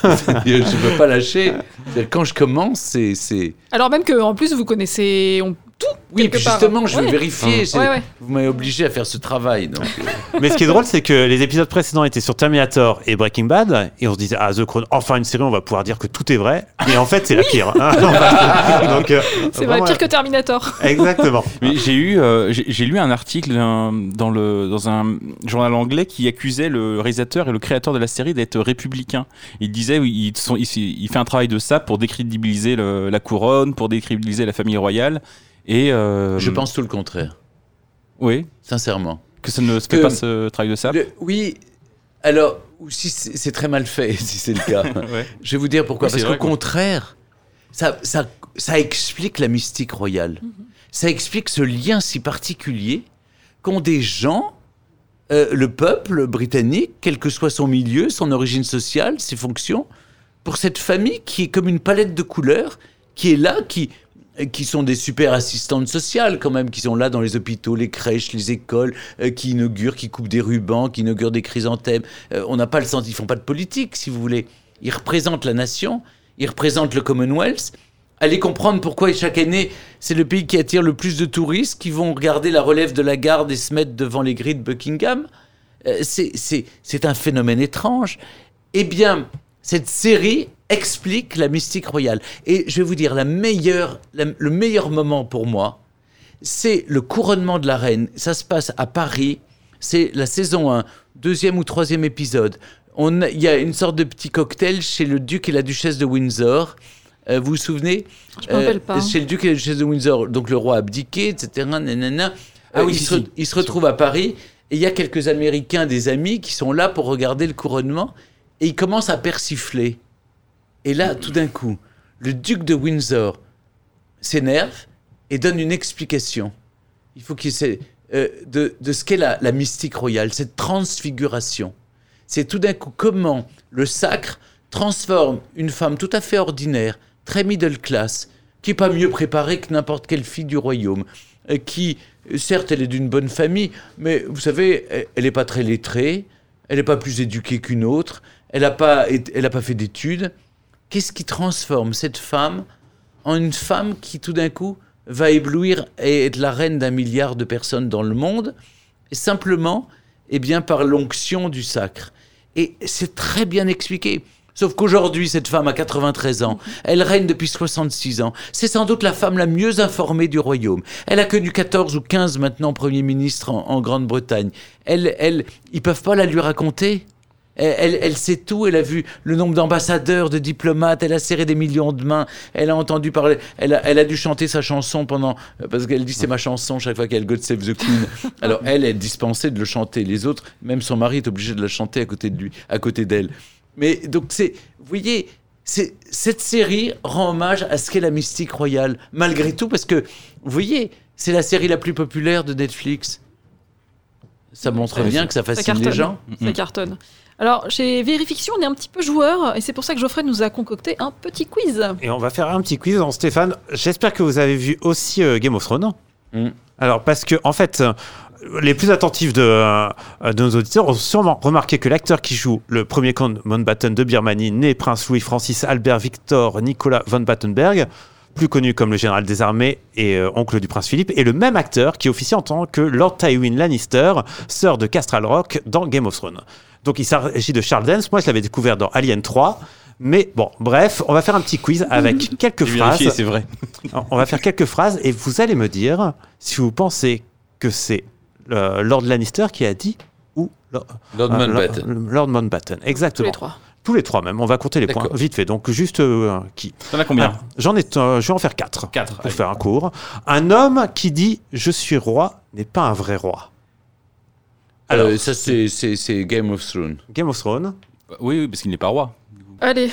Speaker 5: Je ne peux pas lâcher. Quand je commence, c'est, c'est...
Speaker 2: Alors même qu'en plus, vous connaissez... On... Tout,
Speaker 5: oui, puis justement, je vais
Speaker 2: ouais.
Speaker 5: vérifier.
Speaker 2: Mmh. Ouais, ouais.
Speaker 5: Vous m'avez obligé à faire ce travail. Donc.
Speaker 3: Mais ce qui est drôle, c'est que les épisodes précédents étaient sur Terminator et Breaking Bad, et on se disait, ah, The Crown, enfin une série, on va pouvoir dire que tout est vrai. Et en fait, c'est oui. la pire. Hein. donc, euh,
Speaker 2: c'est vrai, pire que Terminator.
Speaker 3: Exactement.
Speaker 4: Mais j'ai eu, euh, j'ai, j'ai lu un article un, dans, le, dans un journal anglais qui accusait le réalisateur et le créateur de la série d'être républicain. Il disait, il, sont, il, il fait un travail de ça pour décrédibiliser le, la couronne, pour décrédibiliser la famille royale. Et euh,
Speaker 5: je pense tout le contraire.
Speaker 4: Oui.
Speaker 5: Sincèrement.
Speaker 4: Que ça ne se fait que pas ce travail de ça.
Speaker 5: Le, oui. Alors, si c'est, c'est très mal fait, si c'est le cas. ouais. Je vais vous dire pourquoi. Oui, Parce qu'au vrai, contraire, ça, ça, ça explique la mystique royale. Mm-hmm. Ça explique ce lien si particulier qu'ont des gens, euh, le peuple britannique, quel que soit son milieu, son origine sociale, ses fonctions, pour cette famille qui est comme une palette de couleurs, qui est là, qui... qui sont des super assistantes sociales quand même, qui sont là dans les hôpitaux, les crèches, les écoles, euh, qui inaugurent, qui coupent des rubans, qui inaugurent des chrysanthèmes. Euh, on n'a pas le sens, ils font pas de politique, si vous voulez. Ils représentent la nation, ils représentent le Commonwealth. Allez comprendre pourquoi chaque année, c'est le pays qui attire le plus de touristes qui vont regarder la relève de la garde et se mettre devant les grilles de Buckingham. Euh, c'est, c'est, c'est un phénomène étrange. Eh bien, cette série explique la mystique royale. Et je vais vous dire, la meilleure, la, le meilleur moment pour moi, c'est le couronnement de la reine. Ça se passe à Paris. C'est la saison un, deuxième ou troisième épisode. On, il y a une sorte de petit cocktail chez le duc et la duchesse de Windsor. Euh, vous vous souvenez ?
Speaker 2: Je ne me rappelle pas.
Speaker 5: Euh, chez le duc et la duchesse de Windsor. Donc le roi a abdiqué, et cetera. Nanana.
Speaker 4: Ah
Speaker 5: Euh,
Speaker 4: oui,
Speaker 5: il,
Speaker 4: si,
Speaker 5: se,
Speaker 4: si.
Speaker 5: il se retrouve à Paris. Et il y a quelques Américains, des amis, qui sont là pour regarder le couronnement. Et ils commencent à persifler. Et là, tout d'un coup, le duc de Windsor s'énerve et donne une explication. Il faut qu'il sait euh, de, de ce qu'est la, la mystique royale, cette transfiguration. C'est tout d'un coup comment le sacre transforme une femme tout à fait ordinaire, très middle class, qui n'est pas mieux préparée que n'importe quelle fille du royaume, euh, qui, certes, elle est d'une bonne famille, mais vous savez, elle n'est pas très lettrée, elle n'est pas plus éduquée qu'une autre, elle n'a pas, elle n'a pas fait d'études. Qu'est-ce qui transforme cette femme en une femme qui, tout d'un coup, va éblouir et être la reine d'un milliard de personnes dans le monde, et simplement, eh bien, par l'onction du sacre. Et c'est très bien expliqué. Sauf qu'aujourd'hui, cette femme a quatre-vingt-treize ans. Elle règne depuis soixante-six ans. C'est sans doute la femme la mieux informée du royaume. Elle a connu quatorze ou quinze maintenant premiers ministres en, en Grande-Bretagne. Elle, elle, ils ne peuvent pas la lui raconter. Elle, elle, elle sait tout, elle a vu le nombre d'ambassadeurs, de diplomates, elle a serré des millions de mains, elle a entendu parler, elle a, elle a dû chanter sa chanson pendant, parce qu'elle dit c'est ma chanson chaque fois qu'elle God Save the Queen. Alors elle est dispensée de le chanter, les autres, même son mari est obligé de la chanter à côté de lui, à côté d'elle. Mais donc c'est, vous voyez, c'est, cette série rend hommage à ce qu'est la mystique royale, malgré tout, parce que, vous voyez, c'est la série la plus populaire de Netflix. Ça montre bien que ça fascine
Speaker 2: ça
Speaker 5: les gens.
Speaker 2: Ça cartonne. Alors, chez Vérifiction, on est un petit peu joueur, et c'est pour ça que Geoffrey nous a concocté un petit quiz.
Speaker 3: Et on va faire un petit quiz. Donc, Stéphane, j'espère que vous avez vu aussi euh, Game of Thrones.
Speaker 5: Mm.
Speaker 3: Alors, parce que, en fait, euh, les plus attentifs de, euh, de nos auditeurs ont sûrement remarqué que l'acteur qui joue le premier comte Mountbatten de Birmanie, né prince Louis Francis Albert Victor Nicolas von Battenberg, plus connu comme le général des armées et euh, oncle du prince Philippe, est le même acteur qui officie en tant que Lord Tywin Lannister, sœur de Castral Rock dans Game of Thrones. Donc il s'agit de Charles Dance. Moi je l'avais découvert dans Alien trois. Mais bon, bref, on va faire un petit quiz avec quelques
Speaker 4: J'ai
Speaker 3: phrases.
Speaker 4: vérifié, c'est vrai.
Speaker 3: On va faire quelques phrases et vous allez me dire si vous pensez que c'est euh, Lord Lannister qui a dit ou Lord,
Speaker 5: Lord
Speaker 3: euh,
Speaker 5: Mountbatten.
Speaker 3: Lord, Lord Mountbatten, exactement.
Speaker 2: Tous les trois.
Speaker 3: Tous les trois même. On va compter les
Speaker 5: D'accord.
Speaker 3: points vite fait. Donc juste euh, qui
Speaker 4: T'en as combien?
Speaker 3: Alors, j'en ai, euh, je vais en faire quatre.
Speaker 4: Quatre,
Speaker 3: Pour
Speaker 4: allez.
Speaker 3: faire un cours. Un homme qui dit je suis roi n'est pas un vrai roi.
Speaker 5: Alors,
Speaker 3: Alors,
Speaker 5: ça, c'est, c'est, c'est Game of Thrones.
Speaker 3: Game of Thrones.
Speaker 4: Oui, oui, parce qu'il n'est pas roi.
Speaker 2: Allez.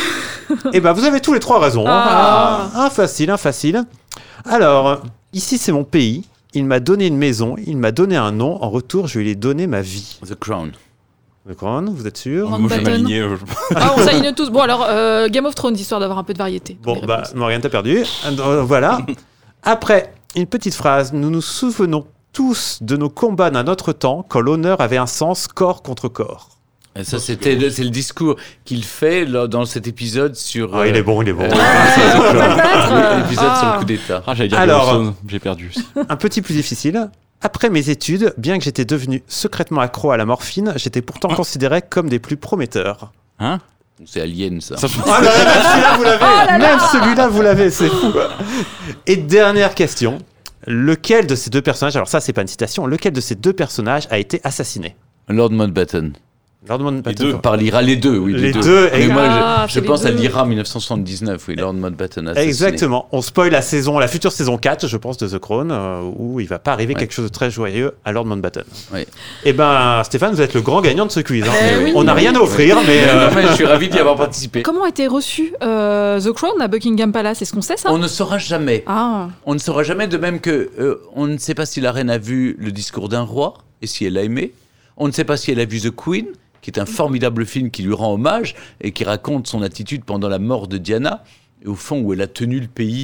Speaker 3: Eh ben, vous avez tous les trois raison.
Speaker 2: Ah.
Speaker 3: Un facile, un facile. Alors, ici, c'est mon pays. Il m'a donné une maison, il m'a donné un nom. En retour, je lui ai donné ma vie.
Speaker 5: The Crown.
Speaker 3: D'accord, vous êtes sûr?
Speaker 2: Mountbatten.
Speaker 4: Moi, je vais m'aligner. euh, je-
Speaker 2: Ah, on s'aligne tous. Bon, alors, euh, Game of Thrones, histoire d'avoir un peu de variété. dans
Speaker 3: Bon,
Speaker 2: les
Speaker 3: bah,
Speaker 2: réponses.
Speaker 3: Morgane, t'as perdu. Euh, voilà. Après, une petite phrase. Nous nous souvenons tous de nos combats d'un autre temps, quand l'honneur avait un sens corps contre corps.
Speaker 5: Et ça, c'était le, c'est le discours qu'il fait là, dans cet épisode sur.
Speaker 3: Ah, il est bon, il est bon.
Speaker 5: euh,
Speaker 2: on va le battre.
Speaker 5: L'épisode sur
Speaker 2: Ah.
Speaker 5: le coup d'État.
Speaker 4: Ah, j'allais dire
Speaker 3: Alors-
Speaker 4: Game of Thrones, j'ai perdu aussi.
Speaker 3: Un petit plus difficile. Après mes études, bien que j'étais devenu secrètement accro à la morphine, j'étais pourtant considéré comme des plus prometteurs.
Speaker 4: Hein?
Speaker 5: C'est Alien, ça.
Speaker 4: Ça-
Speaker 3: Ah, bah, même celui-là, vous l'avez. Même celui-là, vous l'avez, c'est fou. Et dernière question. Lequel de ces deux personnages, alors ça, c'est pas une citation, lequel de ces deux personnages a été assassiné?
Speaker 5: Lord Mountbatten.
Speaker 3: Lord Mountbatten.
Speaker 4: deux.
Speaker 5: Par l'I R A, les deux, oui.
Speaker 3: Les
Speaker 5: Les,
Speaker 3: deux,
Speaker 5: Mais moi,
Speaker 2: Ah,
Speaker 5: je,
Speaker 2: c'est
Speaker 5: je
Speaker 2: les
Speaker 5: pense à
Speaker 2: deux.
Speaker 5: l'I R A dix-neuf cent soixante-dix-neuf, oui. Lord Mountbatten assassiné.
Speaker 3: Exactement. On spoil la saison, la future saison quatre, je pense, de The Crown, euh, où il va pas arriver
Speaker 5: Ouais.
Speaker 3: quelque chose de très joyeux à Lord Mountbatten.
Speaker 5: Ouais.
Speaker 3: Eh ben, Stéphane, vous êtes le grand gagnant de ce quiz. hein.
Speaker 2: Eh oui.
Speaker 3: On n'a rien à offrir, mais euh,
Speaker 5: Non, mais je suis ravi d'y avoir participé.
Speaker 2: Comment a été reçu euh, The Crown à Buckingham Palace? Est-ce qu'on sait ça?
Speaker 5: On ne saura jamais.
Speaker 2: Ah,
Speaker 5: On ne saura jamais, de même que euh, on ne sait pas si la reine a vu Le Discours d'un roi et si elle l'a aimé. On ne sait pas si elle a vu The Queen, qui est un formidable film qui lui rend hommage et qui raconte son attitude pendant la mort de Diana, et au fond où elle a tenu le pays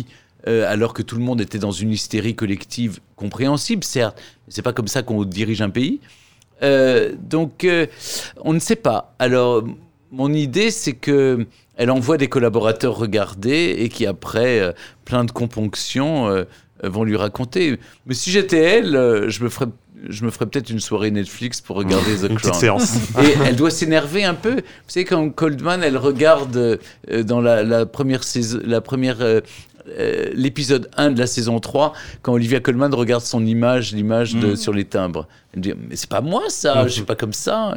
Speaker 5: euh, alors que tout le monde était dans une hystérie collective compréhensible, certes, mais c'est pas comme ça qu'on dirige un pays. Euh, donc, euh, on ne sait pas. Alors, mon idée, c'est que elle envoie des collaborateurs regarder et qui après, euh, plein de componctions, euh, vont lui raconter. Mais si j'étais elle, euh, je me ferais je me ferais peut-être une soirée Netflix pour regarder The Crown.
Speaker 3: Une petite séance.
Speaker 5: Et elle doit s'énerver un peu. Vous savez, quand Coldman, elle regarde euh, dans la, la première saison, la première, euh, euh, l'épisode un de la saison trois, quand Olivia Colman regarde son image, l'image de,
Speaker 4: Mmh.
Speaker 5: sur les timbres. Elle me dit, mais c'est pas moi ça, mmh. je suis pas comme ça.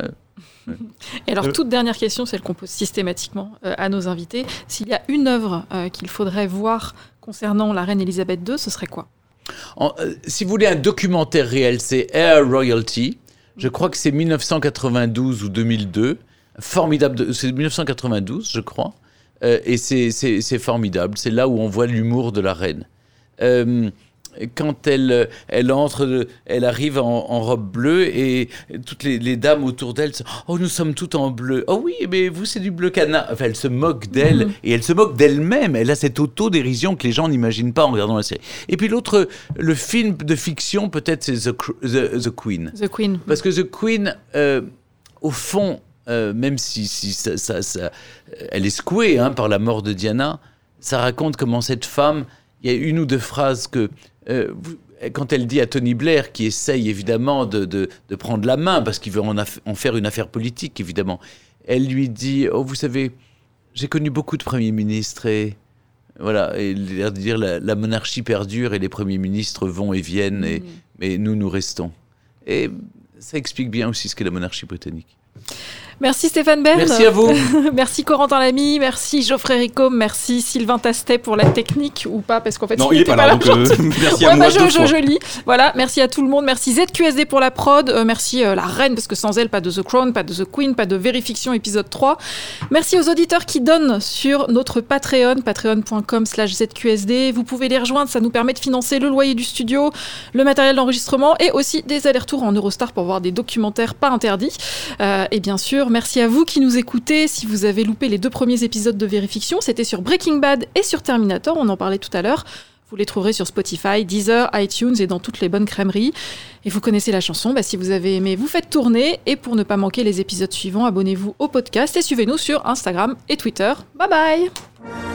Speaker 2: Et alors, toute dernière question, celle qu'on pose systématiquement euh, à nos invités. S'il y a une œuvre euh, qu'il faudrait voir concernant la reine Elisabeth deux, ce serait quoi ?
Speaker 5: En, euh, si vous voulez un documentaire réel, c'est Air Royalty. Je crois que c'est dix-neuf cent quatre-vingt-douze ou deux mille deux. Formidable. De, c'est dix-neuf cent quatre-vingt-douze, je crois. Euh, et c'est, c'est, c'est formidable. C'est là où on voit l'humour de la reine. Euh, quand elle, elle entre, elle arrive en, en robe bleue et toutes les, les dames autour d'elle sont « Oh, nous sommes toutes en bleu. Oh oui, mais vous, c'est du bleu canard. » Enfin, elle se moque d'elle mmh. et elle se moque d'elle-même. Elle a cette autodérision que les gens n'imaginent pas en regardant la série. Et puis l'autre, le film de fiction, peut-être, c'est The, The, The Queen.
Speaker 2: The Queen.
Speaker 5: Parce que The Queen, euh, au fond, euh, même si, si ça, ça, ça, elle est secouée hein, par la mort de Diana, ça raconte comment cette femme, il y a une ou deux phrases que... Euh, vous, quand elle dit à Tony Blair, qui essaye évidemment de, de, de prendre la main, parce qu'il veut en, aff- en faire une affaire politique, évidemment, elle lui dit « Oh, vous savez, j'ai connu beaucoup de premiers ministres et voilà, et l'air de dire la, la monarchie perdure et les premiers ministres vont et viennent, et, mmh. mais nous, nous restons. » Et ça explique bien aussi ce qu'est la monarchie britannique.
Speaker 2: Merci Stéphane Bern.
Speaker 5: Merci à vous.
Speaker 2: Merci Corentin Lamy, merci Geoffrey Ricôme, merci Sylvain Tastet pour la technique ou pas parce qu'en fait
Speaker 4: non,
Speaker 2: il n'était pas, pas là.
Speaker 4: Donc, euh, merci
Speaker 2: ouais,
Speaker 4: à moi.
Speaker 2: Bah, je, je, je lis. Voilà, merci à tout le monde, merci Z Q S D pour la prod, euh, merci euh, la reine parce que sans elle pas de The Crown, pas de The Queen, pas de Vérifiction épisode trois. Merci aux auditeurs qui donnent sur notre Patreon, patreon point com slash Z Q S D. Vous pouvez les rejoindre, ça nous permet de financer le loyer du studio, le matériel d'enregistrement et aussi des allers-retours en Eurostar pour voir des documentaires pas interdits. Euh, et bien sûr, merci à vous qui nous écoutez. Si vous avez loupé les deux premiers épisodes de Vérifiction, c'était sur Breaking Bad et sur Terminator, on en parlait tout à l'heure. Vous les trouverez sur Spotify, Deezer, iTunes et dans toutes les bonnes crèmeries. Et vous connaissez la chanson, bah si vous avez aimé, vous faites tourner. Et pour ne pas manquer les épisodes suivants, abonnez-vous au podcast et suivez-nous sur Instagram et Twitter. Bye bye!